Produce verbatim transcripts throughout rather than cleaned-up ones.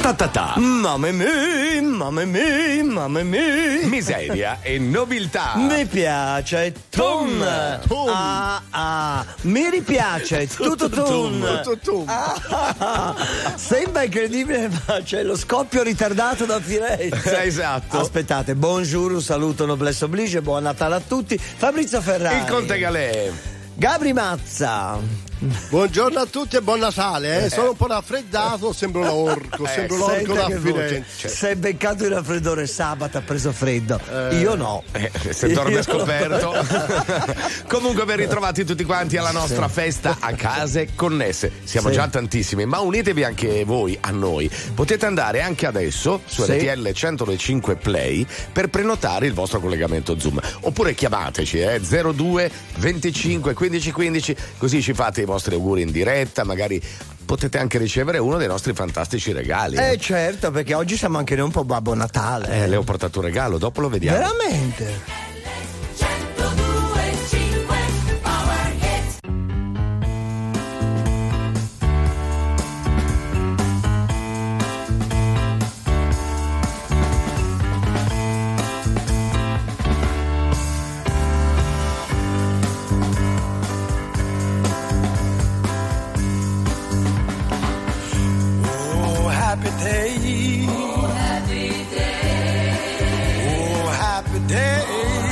Ta ta ta. Mamma mia, mamma mia, mamma mia. Miseria e nobiltà. Mi piace tun. Ah, ah. Mi ripiace tutto tun. Ah, ah. Sembra incredibile, ma c'è lo scoppio ritardato da Firenze. Esatto. Aspettate, bonjour, un saluto noblesse oblige, buon Natale a tutti. Fabrizio Ferrari. Il Conte Galè. Gabri Mazza. Buongiorno a tutti e buon Natale, eh. Sono un po' raffreddato, sembro l'orco, Eh, sembro l'orco da Firenze. Si è beccato il raffreddore sabato, ha preso freddo. Eh. Io no. Eh, se dorme Io scoperto. Comunque ben ritrovati tutti quanti alla nostra Sì. festa a case connesse. Siamo Sì. già tantissimi, ma unitevi anche voi a noi. Potete andare anche adesso su Sì. R T L centodue e cinque Play per prenotare il vostro collegamento Zoom. Oppure chiamateci eh, zero due venticinque quindici quindici, così ci fate i vostri auguri in diretta, magari potete anche ricevere uno dei nostri fantastici regali. Eh certo, perché oggi siamo anche noi un po' Babbo Natale. Eh, le ho portato un regalo, dopo lo vediamo. Veramente? Happy day. Oh, happy day. Oh, happy day.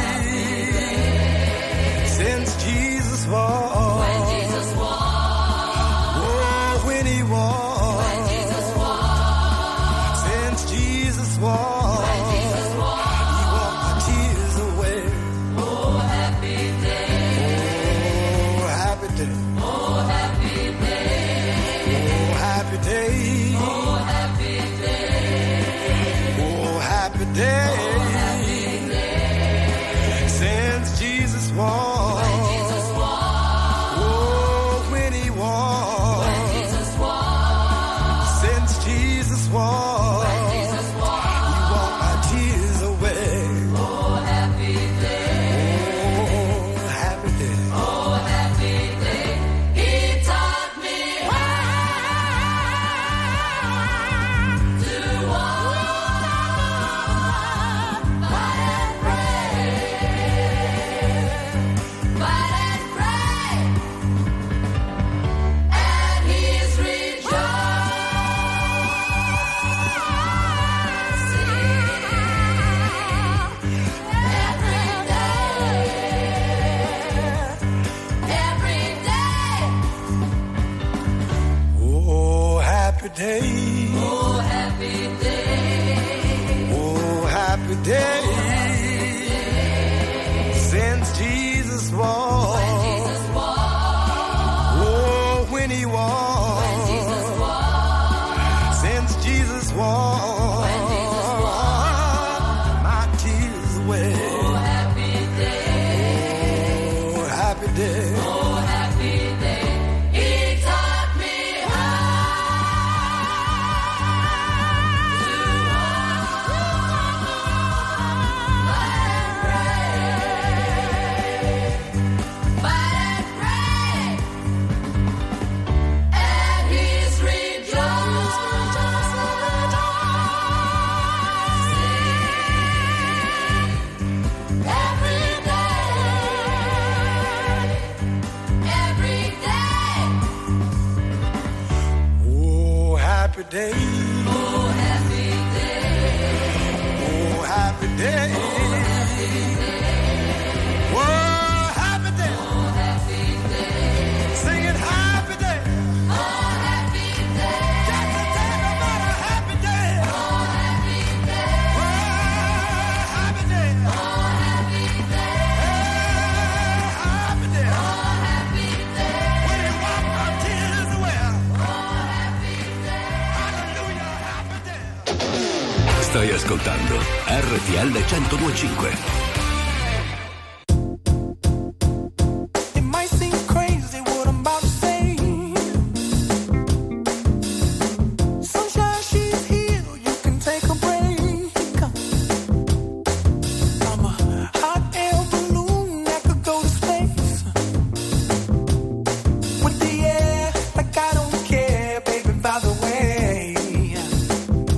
Since Jesus was. When Jesus was. Oh, when he was. When Jesus was. Since Jesus was. When Jesus was. He walked my tears away. Oh, happy day. Oh, happy day. Oh, happy day. Oh, happy day. Day, happy day. Since Jesus was, when Jesus was, oh, when he was, when Jesus was, since Jesus was, when Jesus was, he walked my tears away. Oh, happy day, oh, happy day, oh, happy day. He taught me how to walk. Day. Oh, happy day. Oh, happy day. Since Jesus was. When Jesus was. Oh, when he was. When Jesus was. Since Jesus was. When Jesus was. My tears away. Oh, happy day. Oh, happy day. Oh, happy day. He taught me how. Happy day. Oh, happy day. Oh, happy day. Oh, happy day. Oh, happy day. Sing it, happy day. Oh, happy day. Got to tell me about a happy day. Oh, happy day. Oh, happy day. Oh, happy day. Hey, happy day. Oh, happy day. When you wipe my tears away. Stai ascoltando R T L centodue e cinque. With the air, like I don't care, baby, by the way.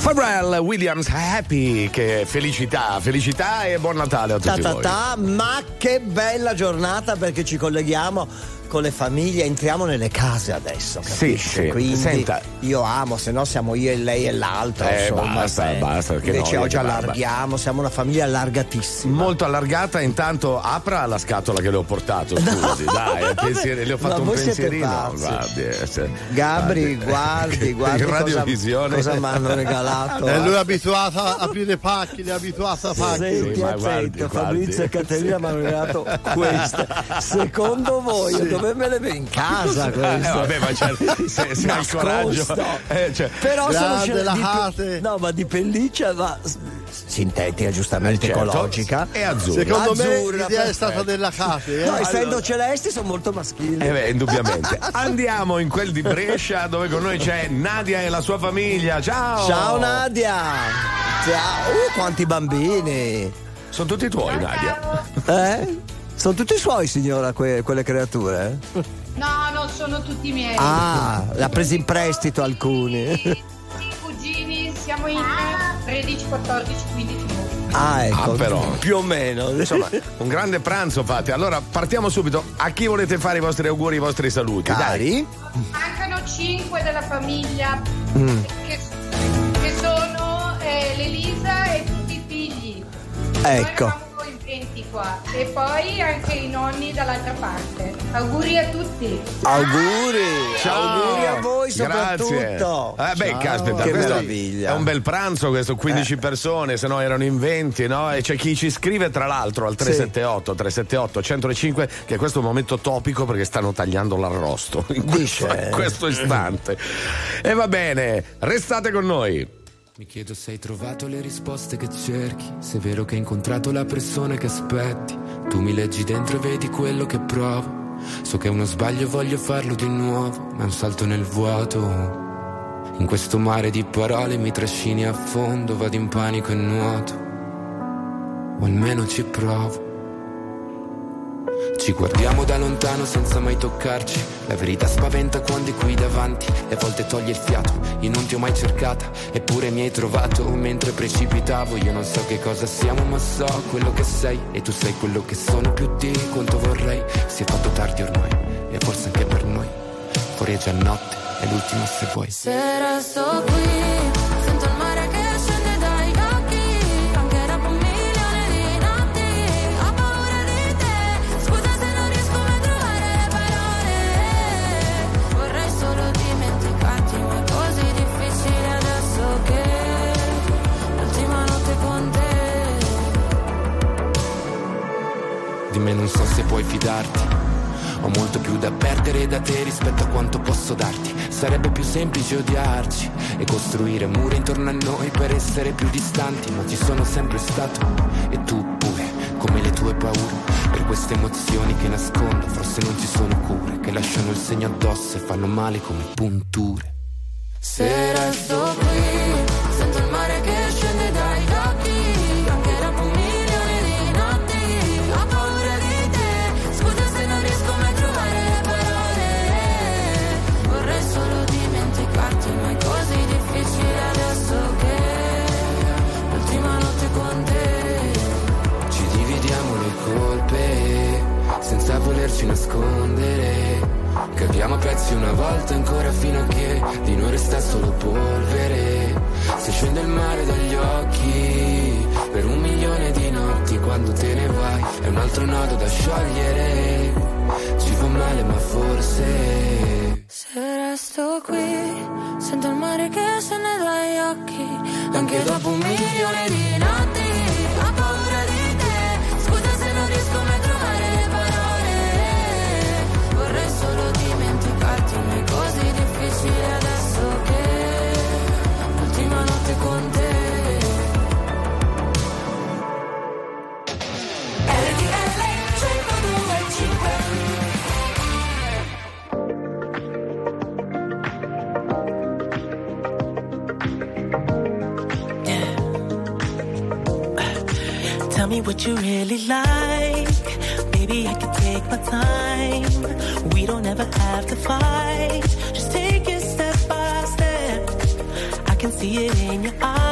Pharrell Williams, Happy, che felicità, felicità e buon Natale a tutti ta, ta, voi. ta, ma che bella giornata, perché ci colleghiamo con le famiglie, entriamo nelle case adesso, capisci? Sì, sì. Quindi Senta, io amo, se no siamo io e lei e l'altro, Eh, insomma, basta, se- basta, che invece noia, oggi che barba. allarghiamo, siamo una famiglia allargatissima. molto allargata. Intanto apra la scatola che le ho portato, scusi, dai, pensieri- le ho fatto Ma un voi siete pensierino. pazzi. Guardi, eh, se- Gabri, guardi, guardi in cosa, radiovisione. cosa mi hanno regalato. E lui è abituato a aprire pacchi, è abituato a pacchi. Senti, Sì, ma attento, guardi, Fabrizio e guardi. Caterina mi hanno regalato queste. Secondo voi io dove me le vedo in casa queste? Eh, vabbè, ma c'è, se, se hai il coraggio. Nascosto. Eh, cioè, Però sono Grande scel- la di, Hate. no, ma di pelliccia, ma s- sintetica, giustamente certo, ecologica. è azzurra. Secondo me Azzurra, l'idea è stata perfetto. della Cate. No, Eh? essendo celesti sono molto maschili. Eh beh, indubbiamente. Andiamo in quel di Brescia, dove con noi c'è Nadia e la sua famiglia. Ciao! Ciao Nadia! Ciao! Uh, quanti bambini! Sono tutti tuoi, Nadia. Eh? Sono tutti suoi, signora, que- quelle creature? No, non sono tutti miei. Ah, l'ha presi in prestito alcuni. I cugini siamo in tredici, quattordici, quindici. Ah, ecco, Ah, però. più o meno. Insomma, un grande pranzo fate. Allora, partiamo subito. A chi volete fare i vostri auguri, i vostri saluti? Dai. Cari? Mancano cinque della famiglia Mm. che, che sono eh, l'Elisa e tutti i figli. Ecco. Noi eravamo in venti qua. E poi anche i nonni dall'altra parte. Auguri a tutti. Auguri! Ciao. Auguri a voi Grazie. soprattutto! Eh beh, Ciao. caspita, Che questo meraviglia. è un bel pranzo questo, quindici persone, se no erano in venti, no? E c'è chi ci scrive tra l'altro al tre sette otto tre sette otto uno zero cinque che questo è un momento topico perché stanno tagliando l'arrosto in questo, Dice. in questo istante. E va bene, restate con noi. Mi chiedo se hai trovato le risposte che cerchi, se è vero che hai incontrato la persona che aspetti. Tu mi leggi dentro e vedi quello che provo. So che è uno sbaglio e voglio farlo di nuovo, ma è un salto nel vuoto. In questo mare di parole mi trascini a fondo, vado in panico e nuoto, o almeno ci provo. Ci guardiamo da lontano senza mai toccarci. La verità spaventa quando è qui davanti e a volte toglie il fiato. Io non ti ho mai cercata, eppure mi hai trovato mentre precipitavo. Io non so che cosa siamo, ma so quello che sei, e tu sei quello che sono più di quanto vorrei. Si è fatto tardi ormai, e forse anche per noi. Fuori è già notte, è l'ultima se vuoi. Se resto qui, sento il mare che scende dai occhi, anche dopo un milione di notti. Ho paura di te, scusa se non riesco mai a trovare le parole. Vorrei solo dimenticarti, ma è così difficile adesso che l'ultima notte con te. Di me non so se puoi fidarti. Ho molto più da perdere da te rispetto a quanto posso darti. Sarebbe più semplice odiarci e costruire mura intorno a noi per essere più distanti, ma ci sono sempre stato, e tu pure, come le tue paure. Per queste emozioni che nascondo forse non ci sono cure, che lasciano il segno addosso e fanno male come punture. Se resto qui, sento il mare che scende dai occhi, anche dopo un milione di notti. Ho paura di te, scusa se non riesco mai a trovare le parole. Vorrei solo dimenticarti, ma è così difficile adesso che l'ultima notte con te. Ci dividiamo le colpe senza volerci nascondere. Capiamo a pezzi una volta ancora fino a che di noi resta solo polvere. Se scende il mare dagli occhi per un milione di notti, quando te ne vai è un altro nodo da sciogliere. Ci fa male ma forse Se resto qui, sento il mare che scende dagli occhi, anche dopo un milione di notti. Ho paura di te, scusa se non riesco mai a trovare le parole. Vorrei solo dimenticarti, ma è così difficile adesso che l'ultima notte con te. R T L centodue e cinque. Tell me what you really like. Baby, I can take my time. We don't ever have to fight. Just take it step by step. I can see it in your eyes.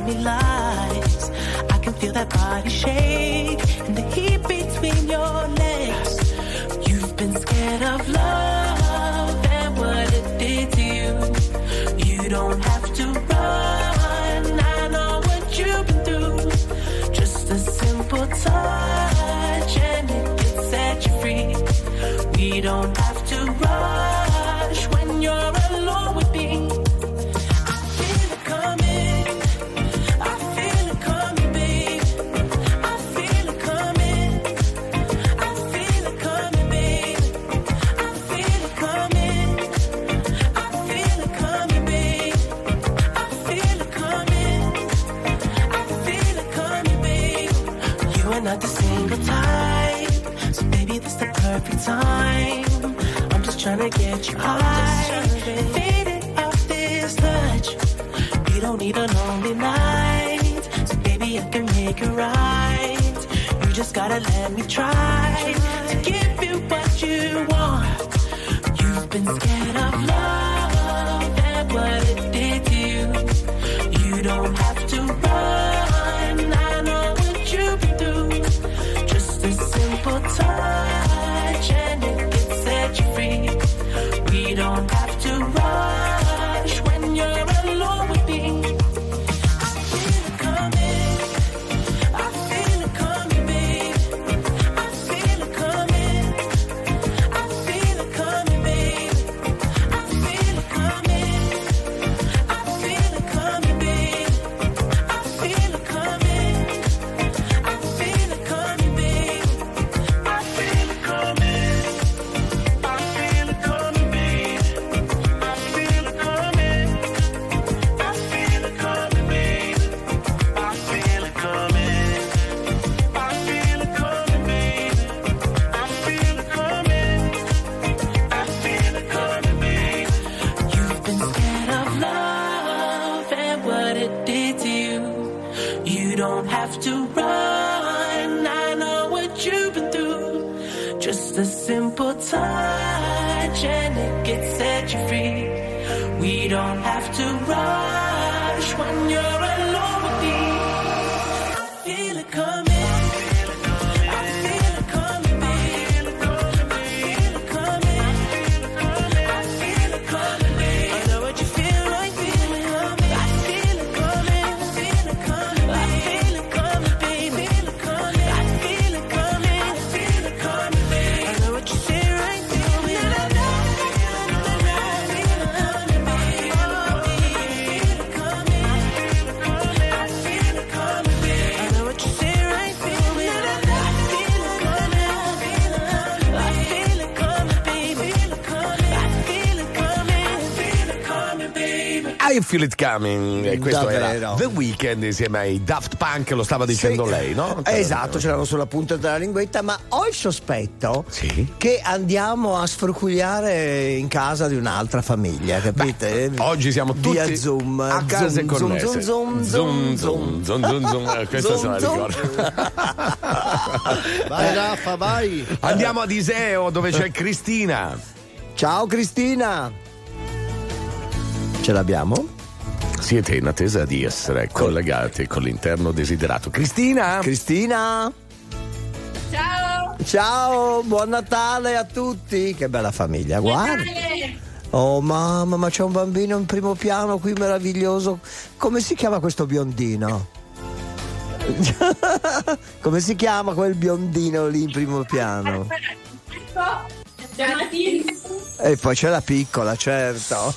me lies. I can feel that body shake and the heat between your legs. You've been scared of love and what it did to you. You don't have to run, I know what you've been through. Just a simple touch and it can set you free. We don't have to rush when you're alone with me. I feel it coming, I feel it coming, babe. I feel it coming, I feel it coming, babe. I feel it coming, I feel it coming, babe. I feel it coming, I feel it coming, babe. You are not the single type, so baby this the perfect time. I'm just trying to get you high, faded off this touch. We don't need a lonely night, so baby I can make it right. You just gotta let me try to give you what you want. You've been scared of love and what it did to you. You don't have to run, I know what you've been through. Just a simple touch and it can set you free. We don't have to rush when you're alone with me. I feel it coming, I feel it coming, babe. I feel it coming, I feel it coming, babe. I feel it coming, I feel it coming, babe. I feel it coming, I feel it coming, babe. I feel it coming, I feel it coming, babe. I feel it coming, I feel it coming, babe. I feel it coming, I feel it coming, babe. I feel it coming, I feel it coming, babe. You've been scared of love and what it did to you. You don't have to run, I know what you've been through. Just a simple touch and it can set you free. We don't have to rush when you're alone with me. I feel it coming, I feel it coming, babe. I feel it coming, I feel it coming, babe. I know what you feel like, feel it coming. I feel it coming, I feel it coming, I feel it coming, babe. I feel it coming, I feel it coming, babe. I know what you say right, feel me. I feel it coming, babe. I feel it coming, I feel it coming, babe. I know what you say right, feel me. I feel it coming, I feel it coming, baby. I feel it coming, I feel it coming, baby. I Feel It Coming, e questo Davvero. era The Weeknd insieme ai Daft Punk, lo stava dicendo Sì. lei, no? Esatto, ce l'avevo sulla punta della linguetta, ma ho il sospetto Sì. che andiamo a sfrucugliare in casa di un'altra famiglia, capite? Oggi siamo tutti Via Zoom, a casa zoom, connesse. zoom, zoom, zoom, zoom, zoom, zoom, zoom, zoom. Eh, questa se la Zoom, ricordo. Vai Raffa, vai. Andiamo ad Iseo dove c'è Cristina. Ciao Cristina. Ce l'abbiamo? Siete in attesa di essere collegati con l'interno desiderato. Cristina? Cristina? Ciao! Ciao, buon Natale a tutti. Che bella famiglia, guarda. Natale! Oh mamma, ma c'è un bambino in primo piano qui meraviglioso. Come si chiama questo biondino? Come si chiama quel biondino lì in primo piano? C'è Matilde. E poi c'è la piccola, certo.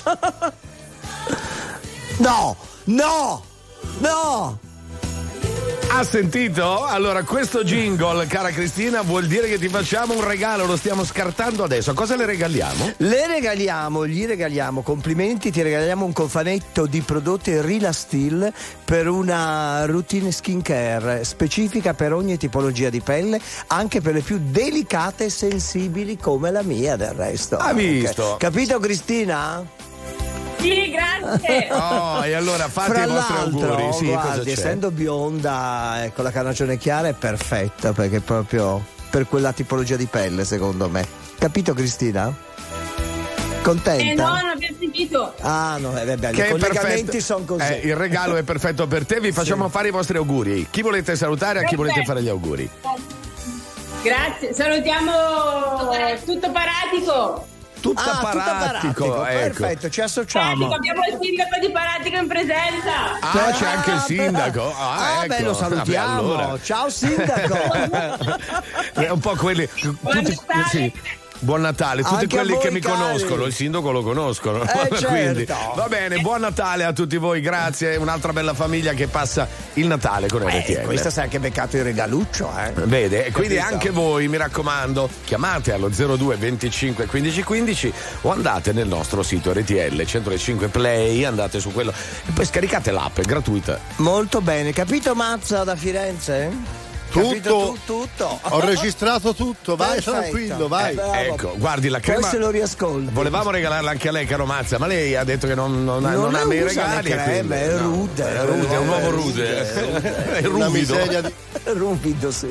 No, no, no. Ha sentito? Allora questo jingle, cara Cristina, vuol dire che ti facciamo un regalo, lo stiamo scartando adesso. Cosa le regaliamo? Le regaliamo, gli regaliamo complimenti, ti regaliamo un cofanetto di prodotti Rilastil per una routine skincare specifica per ogni tipologia di pelle, anche per le più delicate e sensibili come la mia del resto. Ha visto? Capito Cristina? Sì, grazie. Oh, e allora fate Fra i vostri l'altro, auguri. Sì, cosa guardi, c'è? essendo bionda e con la carnagione chiara è perfetta, perché proprio per quella tipologia di pelle secondo me. Capito Cristina? Contenta? Eh no, non abbiamo sentito sentito. Ah, no, eh, vabbè, Che i è collegamenti perfetto. sono così. Eh, il regalo è perfetto per te, vi facciamo Sì. fare i vostri auguri. Chi volete salutare e a chi volete Perfetto. fare gli auguri? Grazie, salutiamo tutto Paratico. Tutta Ah, tutto Paratico, Paratico, ecco. perfetto, ci associamo. Paratico, abbiamo il sindaco di Paratico in presenza. Ah, c'è anche il Ah, sindaco. Ah, Ah, ecco. beh, lo salutiamo. Vabbè, allora. Ciao sindaco. È un po' quelli. Buon tutti- Natale. sì. Buon Natale, tutti Anche a quelli voi, che mi cari. conoscono, il sindaco lo conoscono. Eh, Quindi, certo. va bene, buon Natale a tutti voi, grazie. Un'altra bella famiglia che passa il Natale con R T L. Eh, questa si è anche beccato il regaluccio, eh. Vede, e quindi Capito? anche voi, mi raccomando, chiamate allo zero due venticinque quindici quindici o andate nel nostro sito R T L centocinque Play, andate su quello e poi scaricate l'app, è gratuita. Molto bene, capito Mazza da Firenze? Capito Tutto. tu- tutto. Ho registrato tutto, vai Perfetto. tranquillo, vai. Eh, bravo. Ecco, guardi la Poi crema. se lo riascolti. Volevamo regalarla anche a lei, caro Mazza, ma lei ha detto che non, non, ha- Non non le ama i usa le regali. e creme, quindi- è no. rude. È rude, è un uomo rude. È Una ruvido. miseria di... Ruvido, sì.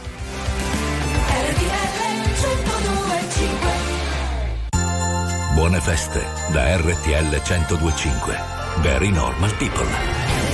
Buone feste da R T L centodue e cinque. Very normal people.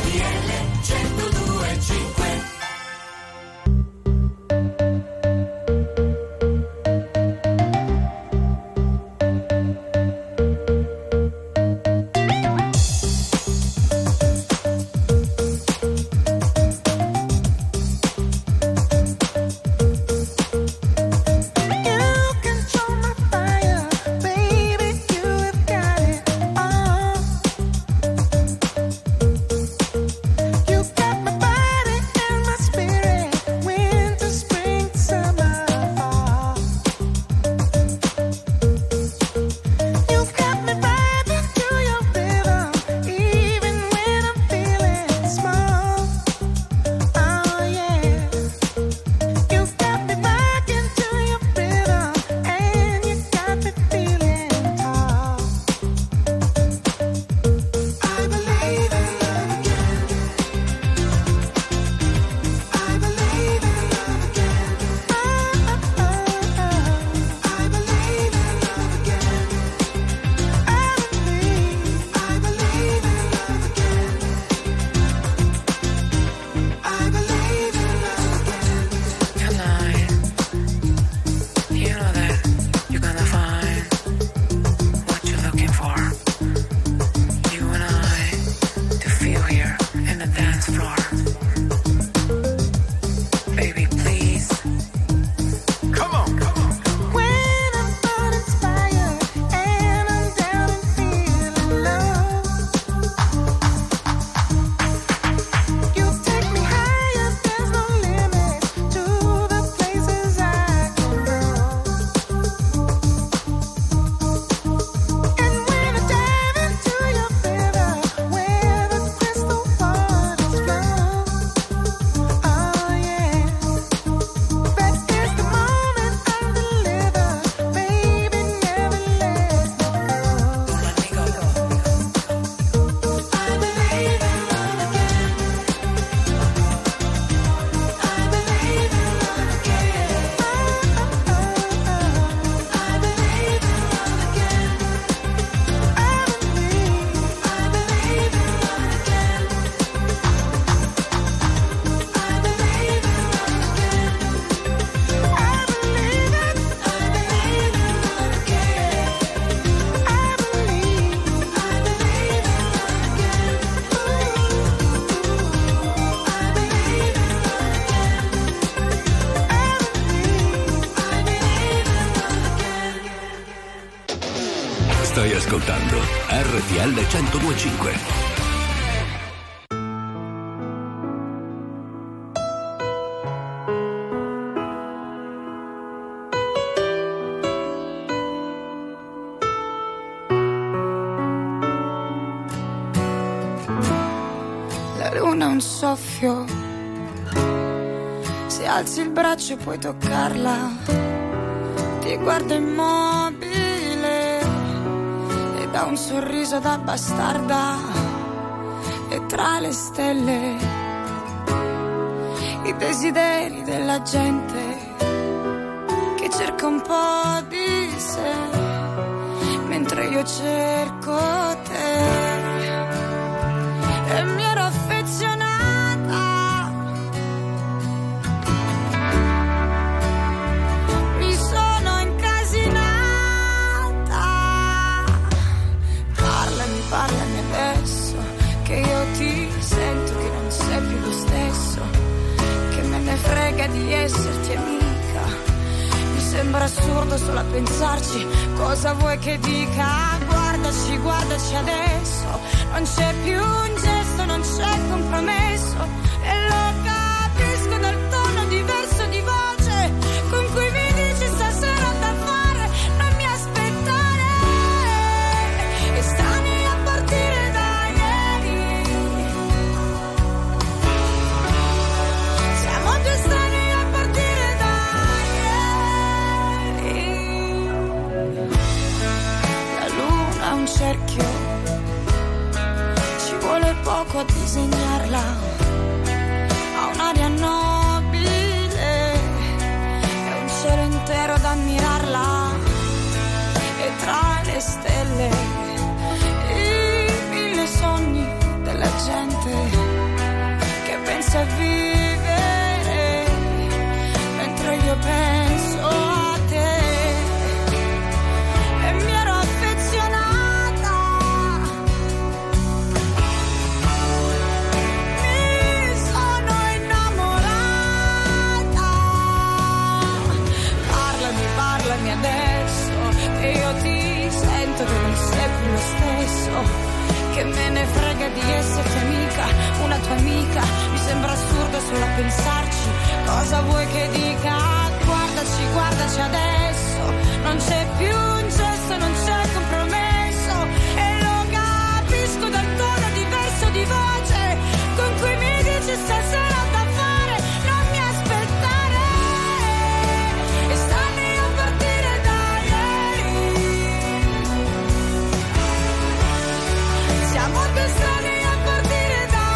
Stai ascoltando R T L centodue e cinque. La luna è un soffio, se alzi il braccio puoi toccarla, ti guarda immobile e dà un sorriso da bastarda, e tra le stelle i desideri della gente che cerca un po' di sé, mentre mentre io cerco te. E mi ero affezionata, mi sono incasinata. Parlami, parlami adesso, che io ti sento che non sei più lo stesso, che me ne frega di esserti amica. Mi sembra assurdo solo a pensarci, cosa vuoi che dica? Guardaci, guardaci adesso, non c'è più un gesto, non c'è compromesso, e lo capisco dal tono diverso di voce con cui mi dici stasera da fare, non mi aspettare. Estranei a partire da ieri, siamo due estranei a partire da ieri. La luna è un cerchio, ci vuole poco a disegnarla, ha un'aria nobile, è un cielo intero ad ammirarla, e tra le stelle i mille sogni della gente che pensa a vivere, mentre io penso a te. E mi ero affezionata, mi sono innamorata. Parlami, parlami adesso, che io ti sento che non sei più lo stesso, che me ne frega di esserti amica, una tua amica. Mi sembra assurdo solo a pensarci, cosa vuoi che dica? Guardaci, guardaci adesso, non c'è più un gesto, non c'è compromesso, e lo capisco dal tono diverso di voce con cui mi dici stasera da fare, non mi aspettare. Estranei a partire da ieri, siamo due estranei a partire da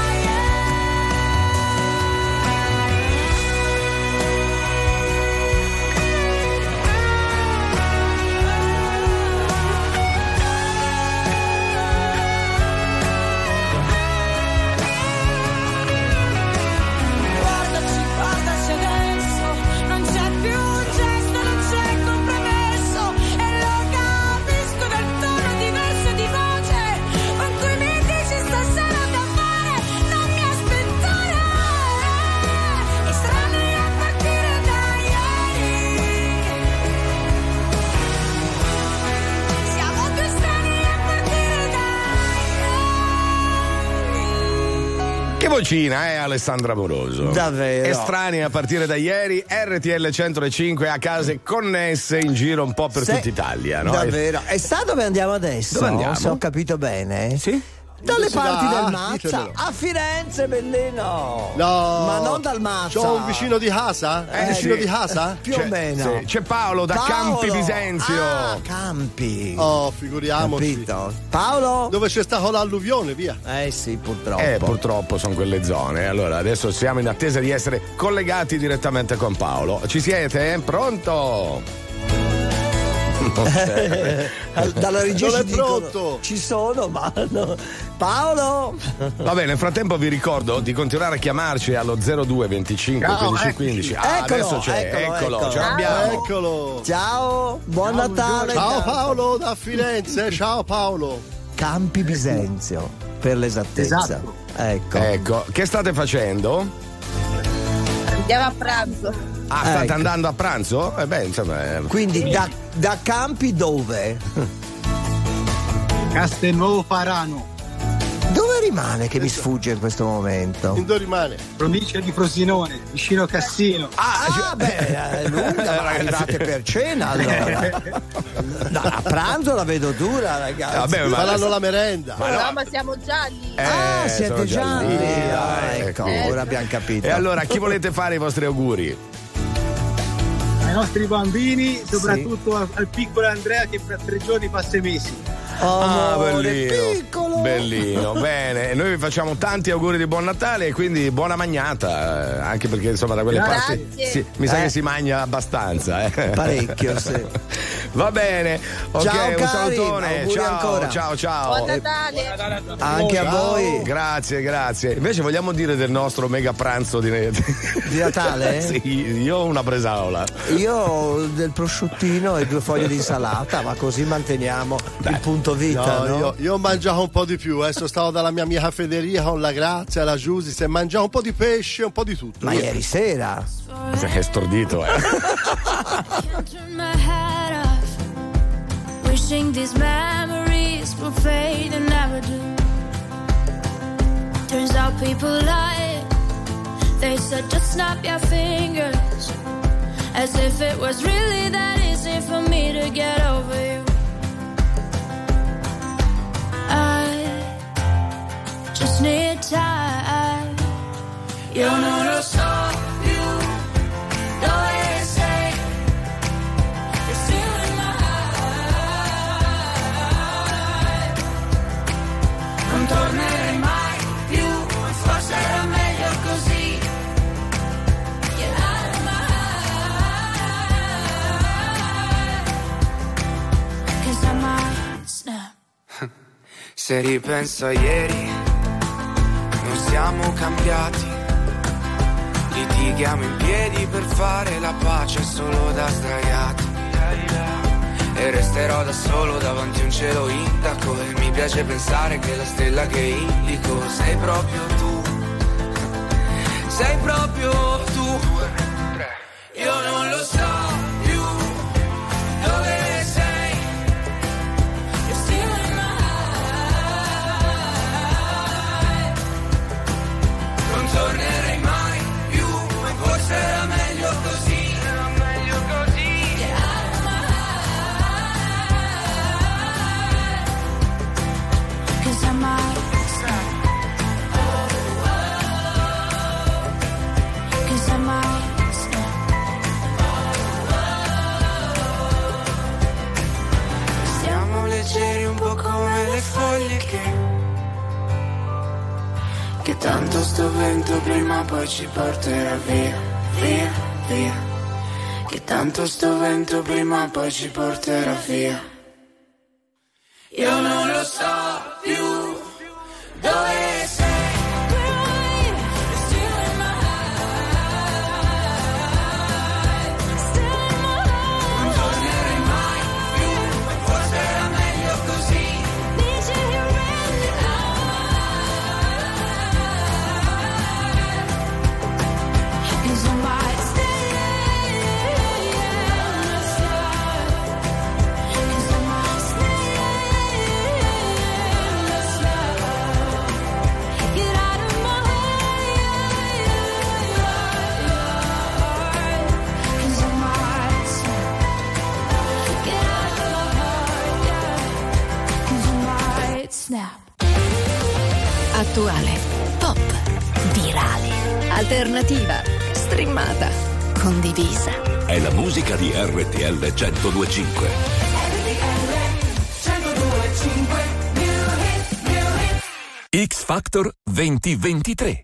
Guardaci, guardaci adesso, non c'è più un gesto, non c'è compromesso, e lo capisco dal tono diverso di voce con cui mi dici stasera da fare, non mi aspettare. Estranei a partire da ieri, siamo due estranei a partire da ieri. Che vocina, eh, Alessandra Amoroso? Davvero. Estranei a partire da ieri, R T L centocinque a case connesse in giro un po' per Se- tutta Italia, no? Davvero. E sa dove andiamo adesso? Dove andiamo? Se ho capito bene. Sì? Dalle Dove si parti va? del Mazza Ditemelo. a Firenze, Bellino. No. Ma non dal Mazza. C'ho un vicino di casa? Eh, un vicino sì. di casa? Più C'è- o meno. sì, c'è Paolo da Paolo. Campi Bisenzio. Ah, Campi. Oh, figuriamoci. Capito? Paolo? Dove c'è stata l'alluvione, via. Eh sì, purtroppo. Eh, purtroppo sono quelle zone. Allora, adesso siamo in attesa di essere collegati direttamente con Paolo. Ci siete? Pronto? Dalla regia Non è ci dicono, pronto. ci sono, ma no. Paolo? Va bene, nel frattempo vi ricordo di continuare a chiamarci allo zero due venticinque Ciao, quindici eccoci. quindici. Ah, Eccolo, adesso c'è, eccolo, eccolo, eccolo. ce l'abbiamo. Eccolo. Ciao, buon Natale. Ciao intanto. Paolo da Firenze, ciao Paolo. Campi Bisenzio, per l'esattezza. Esatto. Ecco. Ecco, che state facendo? Andiamo a pranzo. Ah, state Ecco. andando a pranzo? Eh beh, insomma. eh. Quindi da, da Campi dove? Castelnuovo Farano, Dove rimane che mi sfugge in questo momento? In dove rimane? provincia di Frosinone, vicino Cassino. Ah, beh, è lunga, ma andate per cena allora. No, a pranzo la vedo dura, ragazzi. Vabbè, ma Faranno la merenda. No, ma, ma siamo già lì. Eh, Ah, siete sono già lì. lì. Ah, Ah, ecco, ecco. ora abbiamo capito. E allora, a chi volete fare i vostri auguri? Ai nostri bambini, soprattutto al, al piccolo Andrea che fra tre giorni fa sei mesi. Ah, Amore, bellino. piccolo. Bellino, bene. E noi vi facciamo tanti auguri di buon Natale e quindi buona magnata, eh, anche perché insomma da quelle Grazie. parti sì, mi sa Eh. che si mangia abbastanza. Eh. Parecchio, sì. Va bene. Ok, ciao, un cari, salutone. Ciao, ancora. ciao, ciao. Buon Natale. Anche a voi. Grazie, grazie. Invece vogliamo dire del nostro mega pranzo di, di Natale? Sì, io ho una bresaola. Io ho del prosciuttino e due foglie di insalata, ma così manteniamo Dai. il punto vita. No, no? Io, io ho mangiato un po' di più. Adesso stavo dalla mia amica Federica con la Grazia, la Giusy, si è mangiato un po' di pesce, un po' di tutto. Ma ieri sera è stordito, eh. Wishing these memories will fade and never do. Turns out people lie. They said just snap your fingers, as if it was really that easy for me to get over you. I just need time. Io non lo so più dove sei. You're still in my heart. Non tornerai mai più, forse era meglio così. Get out of my heart. 'Cause I might snap. Se ripenso a ieri, non siamo cambiati. Litighiamo in piedi per fare la pace solo da sdraiati. E resterò da solo davanti a un cielo intaco. E mi piace pensare che la stella che indico sei proprio tu. Sei proprio tu. Io non lo so più dove sei. You're still in my heart. Non tornerei mai più, ma forse era meglio così. Era meglio così. Get out of my heart. 'Cause I might snap. Cause I might snap. Siamo leggeri un po' come le foglie che Che tanto sto vento prima o poi ci porterà via, via, via. Che tanto sto vento prima o poi ci porterà via. Io non lo so più dove sei. Non tornerei mai più, forse era meglio così. Cause I might stay in the sun. Cause I might stay in the sun. Get out of my heart. Cause I might snap. Get out of my heart, yeah. Cause I might snap. Attuale, pop, virale, alternativa, streamata, condivisa. È la musica di R T L centodue e cinque. X Factor duemilaventitré.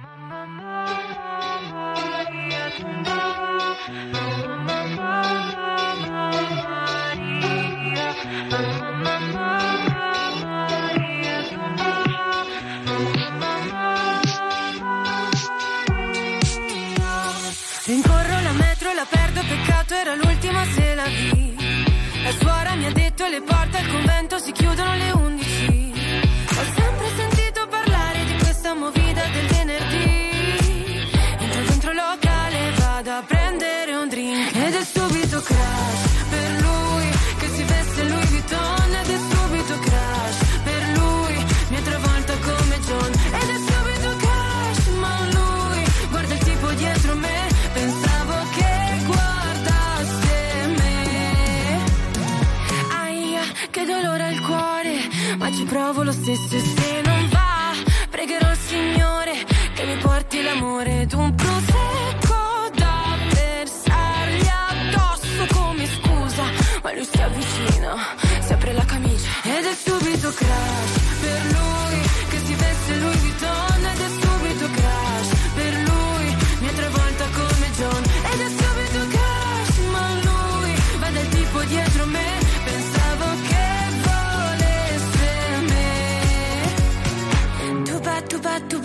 Rincorro la metro e la perdo, peccato era l'ultima se la vi. La suora mi ha detto le porte al convento si chiudono alle undici. Ho sempre sentito parlare di questa movida del venerdì. Entro dentro il locale, vado a prendere un drink ed è subito crash per lui che si veste Louis Vuitton. Ed è subito crash per lui, mi ha travolta come John. Ed è subito crash, ma lui guarda il tipo dietro me. Pensavo che guardasse me. Aia, che dolore al cuore, ma ci provo lo stesso e se non va pregherò il Signore che mi porti l'amore ed un prosecco da versargli addosso come scusa. Ma lui si avvicina, si apre la camicia ed è subito crash per lui che si veste Louis Vuitton. Ed è subito crash per lui, mi ha travolta come John. Ed è subito crash, ma lui va dal tipo dietro me.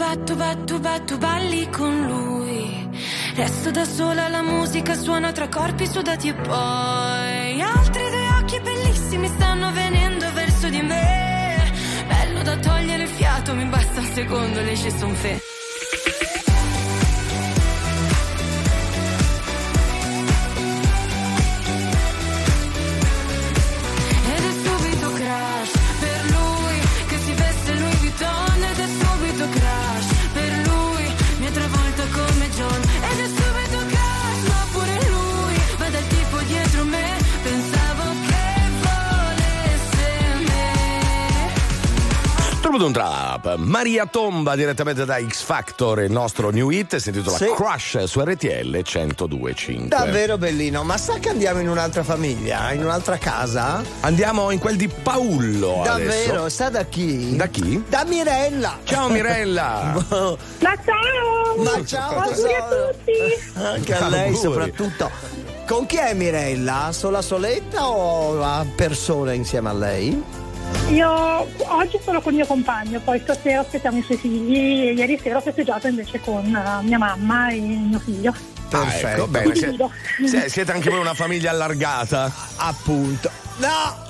beh, tu beh, tu beh, tu balli con lui. Resto da sola, la musica suona tra corpi sudati e poi altri due occhi bellissimi stanno venendo verso di me. Bello da togliere il fiato, mi basta un secondo, le ci son fe. Ed è subito crash per lui, che si veste Louis Vuitton. Ed è subito crash per lui, mi ha travolto come John. Ed è subito crash, ma pure lui va dal tipo dietro me. Pensavo che volesse me. Trubadum Trap, Maria Tomba direttamente da X Factor, il nostro new hit, si intitola Sì. Crush su R T L centodue e cinque. Davvero bellino, ma sa che andiamo in un'altra famiglia, in un'altra casa? Andiamo in quel di Paullo. Davvero? Adesso. Sa da chi? Da chi? Da Mirella. Ciao Mirella. Ma ciao! Ma ciao Auguri a tesoro. tutti! Anche a lei Auguri. soprattutto. Con chi è Mirella? Sola soletta o a persone insieme a lei? Io oggi sono con il mio compagno, poi stasera aspettiamo i suoi figli. Ieri sera ho festeggiato invece con uh, mia mamma e mio figlio. Ah, ecco, bene. Sie- Condivido. sie- siete anche voi una famiglia allargata? Appunto. No!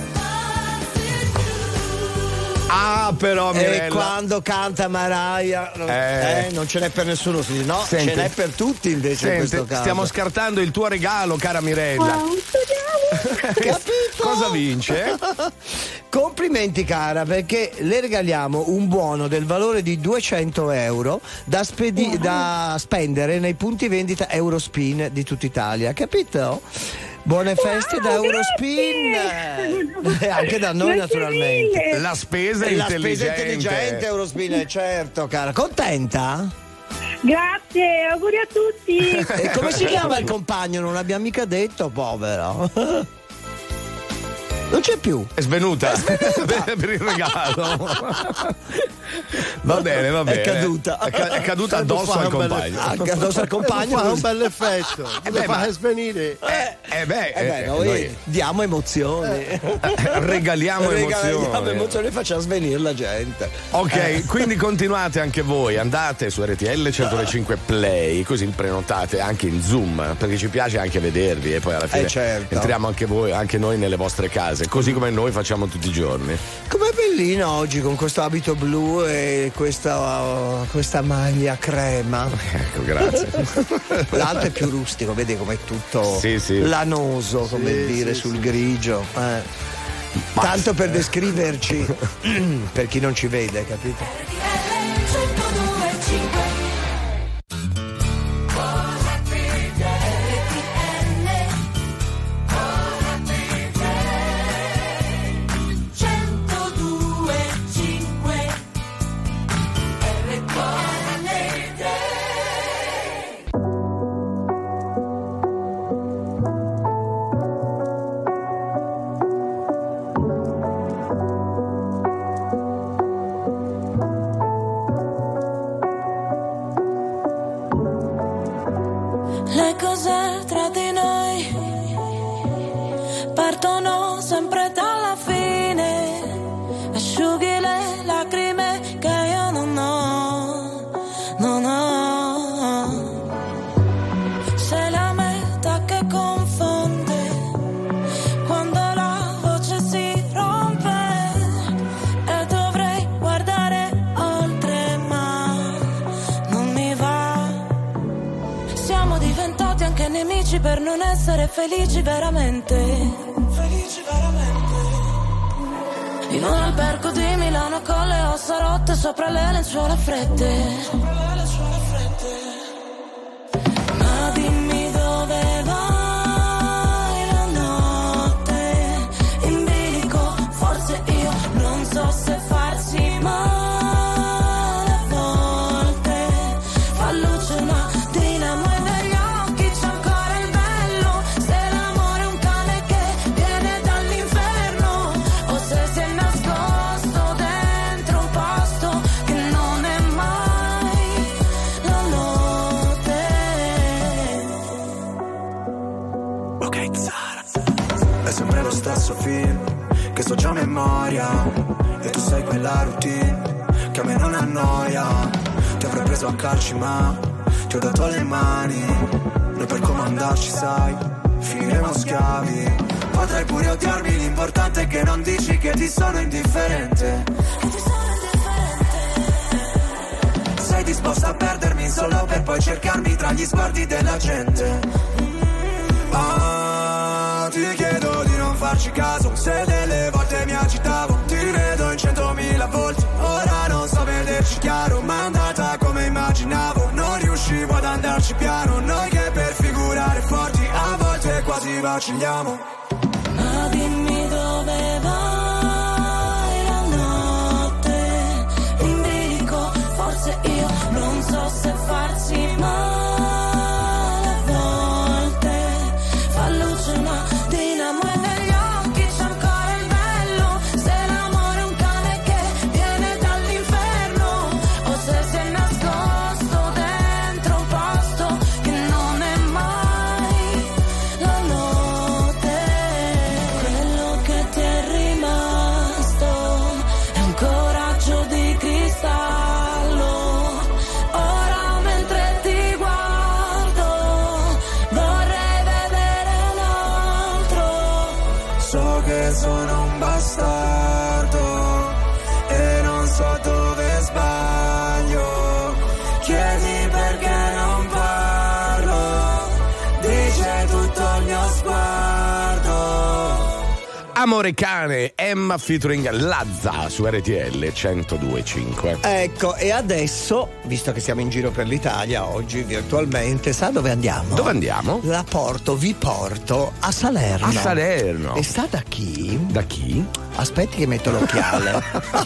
Ah, però Mirella. E quando canta Mariah non, Eh. eh, non ce n'è per nessuno, si dice, no, Senti. ce n'è per tutti invece Senti, in questo caso. stiamo scartando il tuo regalo, cara Mirella. Wow, speriamo. Capito? Cosa vince? Complimenti cara, perché le regaliamo un buono del valore di duecento euro da, spedi- da spendere nei punti vendita Eurospin di tutta Italia, capito? Buone feste Wow, da Eurospin grazie. e anche da noi Grazie naturalmente. mille. La spesa E la intelligente. spesa intelligente Eurospin, eh, certo cara. Contenta? Grazie, auguri a tutti. E come si chiama il compagno? Non l'abbiamo mica detto, povero. Non c'è più. È svenuta, per per il regalo. Va bene, va bene. È caduta. È, ca- è caduta addosso al compagno. Anche addosso al compagno. Fa un bel effetto. Eh Deve beh, ma- fare svenire. Eh, eh beh, Eh beh, eh, noi, noi diamo emozioni. regaliamo Regaliamo emozioni. emozioni e facciamo svenire la gente. Ok, Eh. quindi continuate anche voi, andate su R T L centodue e cinque Play, così prenotate anche in Zoom, perché ci piace anche vedervi e poi alla fine Eh, certo. entriamo anche voi, anche noi nelle vostre case, così come noi facciamo tutti i giorni. Com'è bellino oggi con questo abito blu e questa, questa maglia crema. Ecco, grazie. L'altro è più rustico, vedi com'è tutto Sì, sì. lanoso, come Sì, dire, sì, sul sì. grigio. eh. Tanto per descriverci, per chi non ci vede, capito? centodue e cinque. centodue e cinque. R T L. Le cose tra di noi partono sempre dalla fine. Asciughi le lacrime che io non ho, non ho. Sei la metà che confonde quando la voce si rompe e dovrei guardare oltre ma non mi va. Siamo diventati anche nemici per non essere felici veramente. Felici veramente. In un albergo di Milano con le ossa rotte sopra le lenzuola fredde. Sopra le lenzuola fredde. Ma dimmi dove vai la notte. In bilico forse io non so se farsi male a volte. Fa luce una dinamo e negli occhi c'è ancora il bello. Se l'amore è un cane che viene dall'inferno o se si è nascosto dentro un posto che non è mai la notte. Ok Zara, è sempre lo stesso film che so già a memoria e tu sai quella routine che a me non annoia. ti avrei preso a calci ma ti ho dato le mani. Noi per comandarci sai, finiremo schiavi. Potrai pure odiarmi, l'importante è che non dici che ti sono indifferente. Sei disposta a perdermi solo per poi cercarmi tra gli sguardi della gente. Ah, ti chiedo di non farci caso, se delle volte mi agitavo, ti vedo in centomila volte. Ora non so vederci chiaro, ma è andata come immaginavo. Non riuscivo ad andarci piano, noi che per figurare forti a volte quasi vacilliamo. Ma dimmi dove vai la notte, in bilico, forse io non so se farsi male a volte. Fa luce una dinamo e negli occhi c'è ancora il bello. Se l'amore è un cane che viene dall'inferno, o se si è nascosto dentro un posto che non è mai la notte. Quello che ti è rimasto è un coraggio di cristallo. Ora mentre ti guardo vorrei vedere un altro. So che sono un bastardo e non so dove sbaglio. Chiedi perché non parlo, dice tutto il mio sguardo. Amore cane, Emma featuring Lazza su R T L centodue e cinque. Ecco, e adesso, visto che siamo in giro per l'Italia oggi virtualmente, sa dove andiamo? Dove andiamo? La porto, vi porto a Salerno. A Salerno. E sa da chi? Da chi? Aspetti che metto l'occhiale.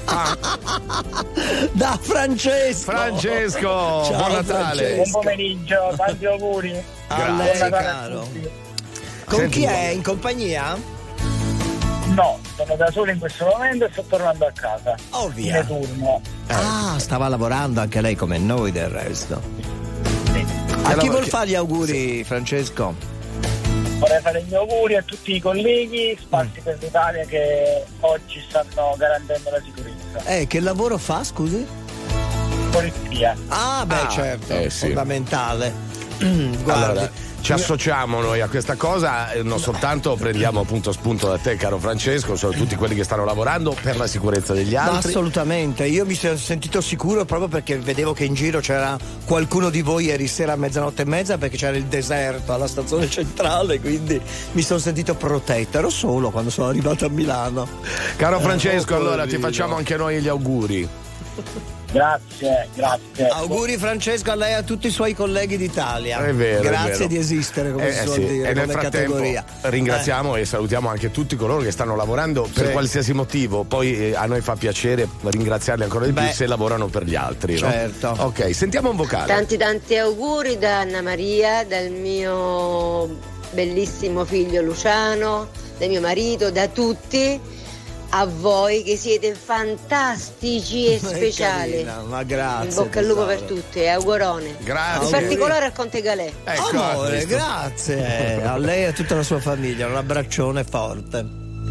Da Francesco. Francesco, Ciao, buon Natale. Francesco. Buon pomeriggio, tanti auguri. A lei, caro. Con Senti, chi è? In compagnia? No, sono da solo in questo momento e sto tornando a casa. Oh, via. Fine turno. Ah, stava lavorando anche lei come noi del resto. A chi vuol fare gli auguri, Francesco? Vorrei fare gli auguri a tutti i colleghi sparsi per l'Italia che oggi stanno garantendo la sicurezza. Eh, che lavoro fa, scusi? Polizia. Ah, beh, Ah, certo, eh, sì. fondamentale. Guardi. Allora, ci associamo noi a questa cosa, eh, non soltanto prendiamo appunto spunto da te, caro Francesco, sono tutti quelli che stanno lavorando per la sicurezza degli Ma altri. assolutamente, io mi sono sentito sicuro proprio perché vedevo che in giro c'era qualcuno di voi ieri sera a mezzanotte e mezza, perché c'era il deserto alla stazione centrale, quindi mi sono sentito protetto. Ero solo quando sono arrivato a Milano. Caro Eh, Francesco, oh, allora ti poverino. facciamo anche noi gli auguri. Grazie, grazie. Auguri Francesco a lei e a tutti i suoi colleghi d'Italia. È vero, Grazie è vero. di esistere, come Eh, si eh, suol sì. dire, E nel come frattempo categoria. ringraziamo e salutiamo anche tutti coloro che stanno lavorando per Sì. qualsiasi motivo. Poi eh, a noi fa piacere ringraziarli ancora di Beh, più se lavorano per gli altri, no? certo. Ok, sentiamo un vocale. Tanti tanti auguri da Anna Maria, dal mio bellissimo figlio Luciano, da mio marito, da tutti. A voi che siete fantastici e Ma è speciali. carina, ma grazie. In bocca al lupo tesoro. per tutti e augurone. Grazie. In particolare al Conte Galè. Ecco, Amore, visto? grazie a lei e a tutta la sua famiglia. Un abbraccione forte.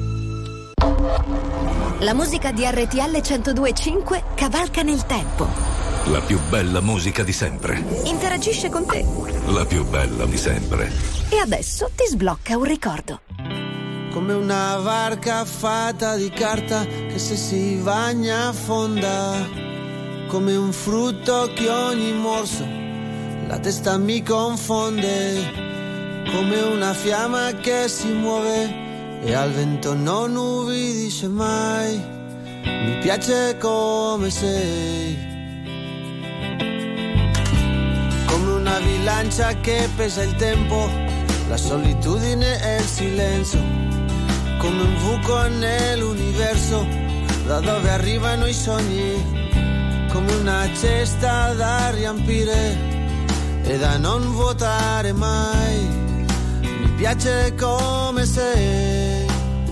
La musica di R T L centodue e cinque cavalca nel tempo. La più bella musica di sempre. Interagisce con te. La più bella di sempre. E adesso ti sblocca un ricordo. Come una barca fatta di carta che se si bagna affonda. Come un frutto che ogni morso la testa mi confonde. Come una fiamma che si muove e al vento non ubbidisce mai. Mi piace come sei. Come una bilancia che pesa il tempo, la solitudine e il silenzio. Come un buco nell'universo da dove arrivano i sogni. Come una cesta da riempire e da non vuotare mai. Mi piace come sei.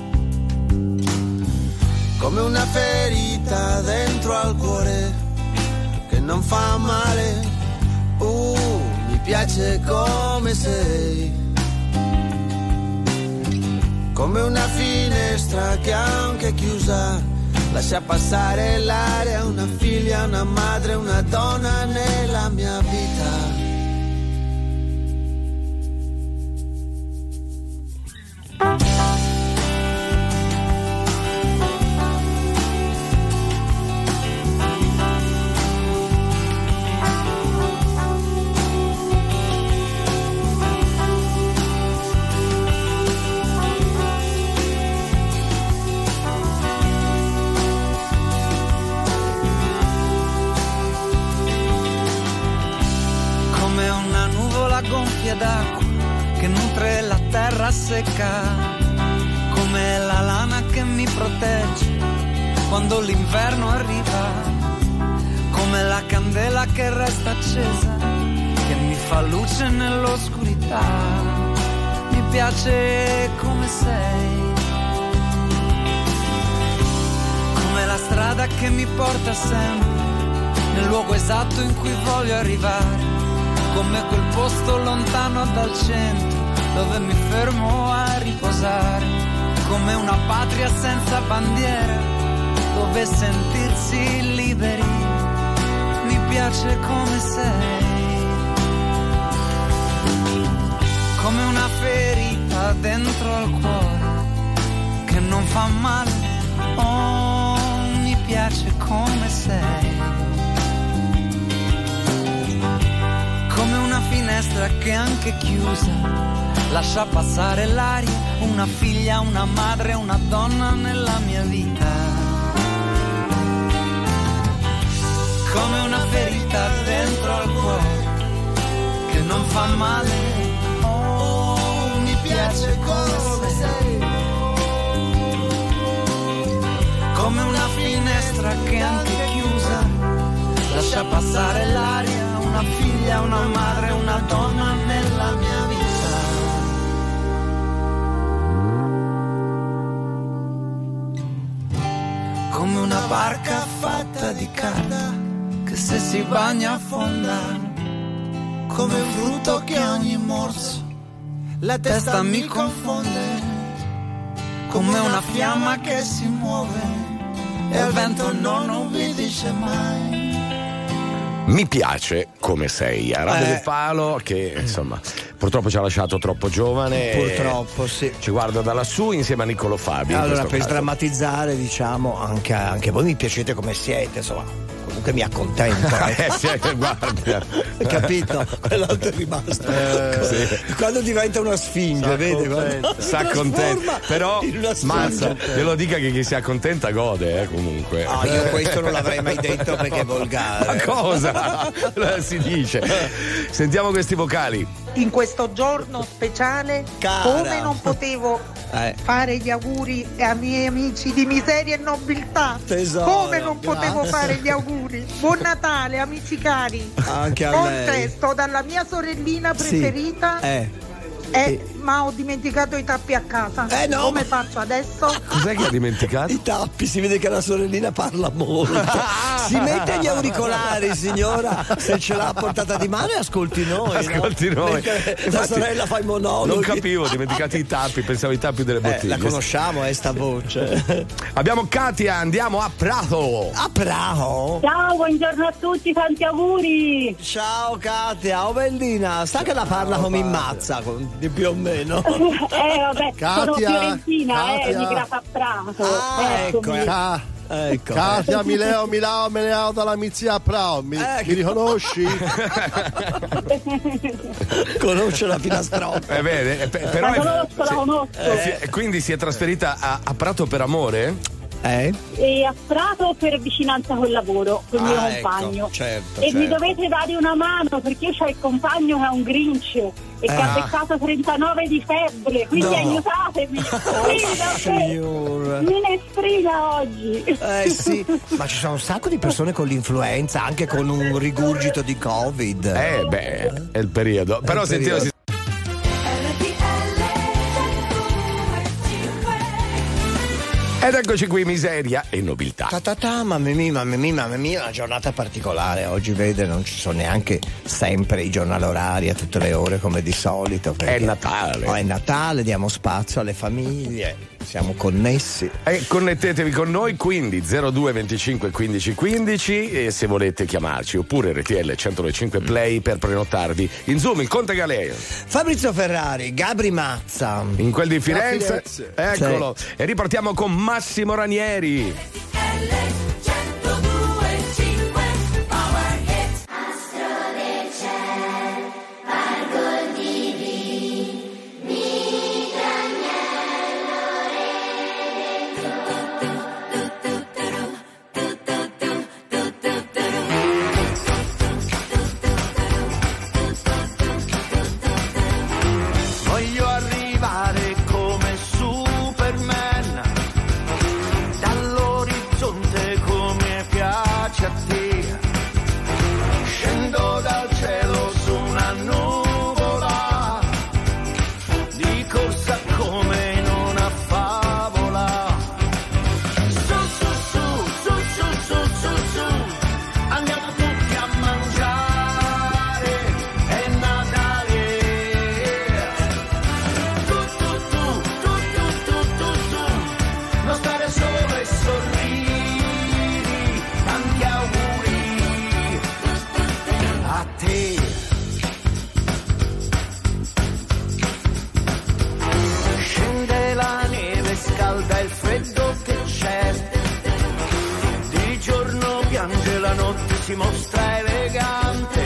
Come una ferita dentro al cuore che non fa male. Uh, mi piace come sei. Come una finestra che anche chiusa lascia passare l'aria, una figlia, una madre, una donna nel mia vita. D'acqua che nutre la terra secca, come la lana che mi protegge quando l'inverno arriva, come la candela che resta accesa, che mi fa luce nell'oscurità. Mi piace come sei, come la strada che mi porta sempre nel luogo esatto in cui voglio arrivare, come quel posto lontano dal centro dove mi fermo a riposare, come una patria senza bandiera dove sentirsi liberi. Mi piace come sei, come una ferita dentro al cuore che non fa male. Oh, mi piace come sei, come una finestra che anche chiusa lascia passare l'aria, una figlia, una madre, una donna nella mia vita, come una ferita dentro al cuore che non fa male. Oh, mi piace come sei, come una finestra che anche chiusa lascia passare l'aria, una figlia, una madre, una donna nella mia vita. Come una barca fatta di carta che se si bagna affonda, come un frutto che ogni morso la testa mi confonde, come una fiamma che si muove e il vento non ubbidisce mai. Mi piace come sei, a Radio Eh. del Palo, che insomma purtroppo ci ha lasciato troppo giovane. Purtroppo, sì. Ci guarda da lassù insieme a Niccolo Fabi. in Allora, questo per caso. sdrammatizzare, diciamo, anche, anche voi mi piacete come siete, insomma. Comunque mi accontento. Eh, sì, guarda. Capito? Quell'altro è rimasto. Eh, sì. Quando diventa una sfinge, vedi? Quando si S'accontenta. trasforma Però in una sfinge. mazza, ve lo dica che chi si accontenta gode, eh, comunque. Ah, io questo non l'avrei mai detto perché è volgare. Ma cosa? si dice. Sentiamo questi vocali. In questo giorno speciale, Cara. come non potevo Eh. fare gli auguri ai miei amici di miseria e nobiltà, Tesoro, come non potevo grazie. fare gli auguri. Buon Natale, amici cari. Anche a lei. Contesto dalla mia sorellina Sì. preferita. Eh. Eh, ma ho dimenticato i tappi a casa. Eh, no, Come ma- faccio adesso? Cos'è che ha dimenticato? I tappi, si vede che la sorellina parla molto. Si mette gli auricolari, signora, se ce l'ha a portata di mano e ascolti noi. Ascolti no? noi. Mentre la Infatti, sorella fa i monologhi. Non capivo, ho dimenticato i tappi, pensavo ai tappi delle Eh, bottiglie. la conosciamo, eh, sta voce. Abbiamo Katia, andiamo a Prato. A Prato? Ciao, buongiorno a tutti, tanti auguri. Ciao Katia, oh bellina, sta che la parla come in mazza, con- di più o meno. Eh vabbè, sono Katia, fiorentina, eh, Katia. di Grata Prato. Ah, Eccomi. ecco, Ca- Ecco. Katia, mi leo, mi lao, me ne ho dalla mizia Prao. Mi, Ecco. mi riconosci? Conosce la filastrocca. Eh, vede, eh, pe- però La è- conosco, la sì. conosco. Eh, sì, quindi si è trasferita a, a Prato per amore? Eh? E a Prato per vicinanza col lavoro, col mio Ah, ecco, compagno. certo, e mi certo. dovete dare una mano perché io ho il compagno che è un Grinch e che Ah. ha beccato trentanove di febbre, quindi No. aiutatemi. Sì, davvero. Signora. Minestrina oggi. Eh sì, ma ci sono un sacco di persone con l'influenza, anche con un rigurgito di Covid. Eh, beh, è il periodo. Però il sentiamo. periodo. Ed eccoci qui, miseria e nobiltà. Ta ta ta, mamma mia, mamma mia, mamma mia, una giornata particolare. Oggi vede, non ci sono neanche sempre i giornali orari a tutte le ore come di solito. perché- È Natale. Oh, è Natale, diamo spazio alle famiglie. siamo connessi. E connettetevi con noi, quindi zero due venticinque quindici quindici e se volete chiamarci, oppure R T L centodue e cinque Play per prenotarvi in Zoom. Il Conte Galea, Fabrizio Ferrari, Gabri Mazza, in quel di Firenze, Firenze. eccolo. Sì. E ripartiamo con Massimo Ranieri. Voglio arrivare come Superman dall'orizzonte come piace a te. Scendo dal cielo su una nuvola di corsa come in una favola. Su su su su su su su su andiamo tutti a mangiare, è Natale. Tu tu tu tu tu tu tu tu non stare solo e sorridi, tanti auguri a te. Scende la neve, scalda il freddo che c'è, di giorno piange, la notte si mostra elegante.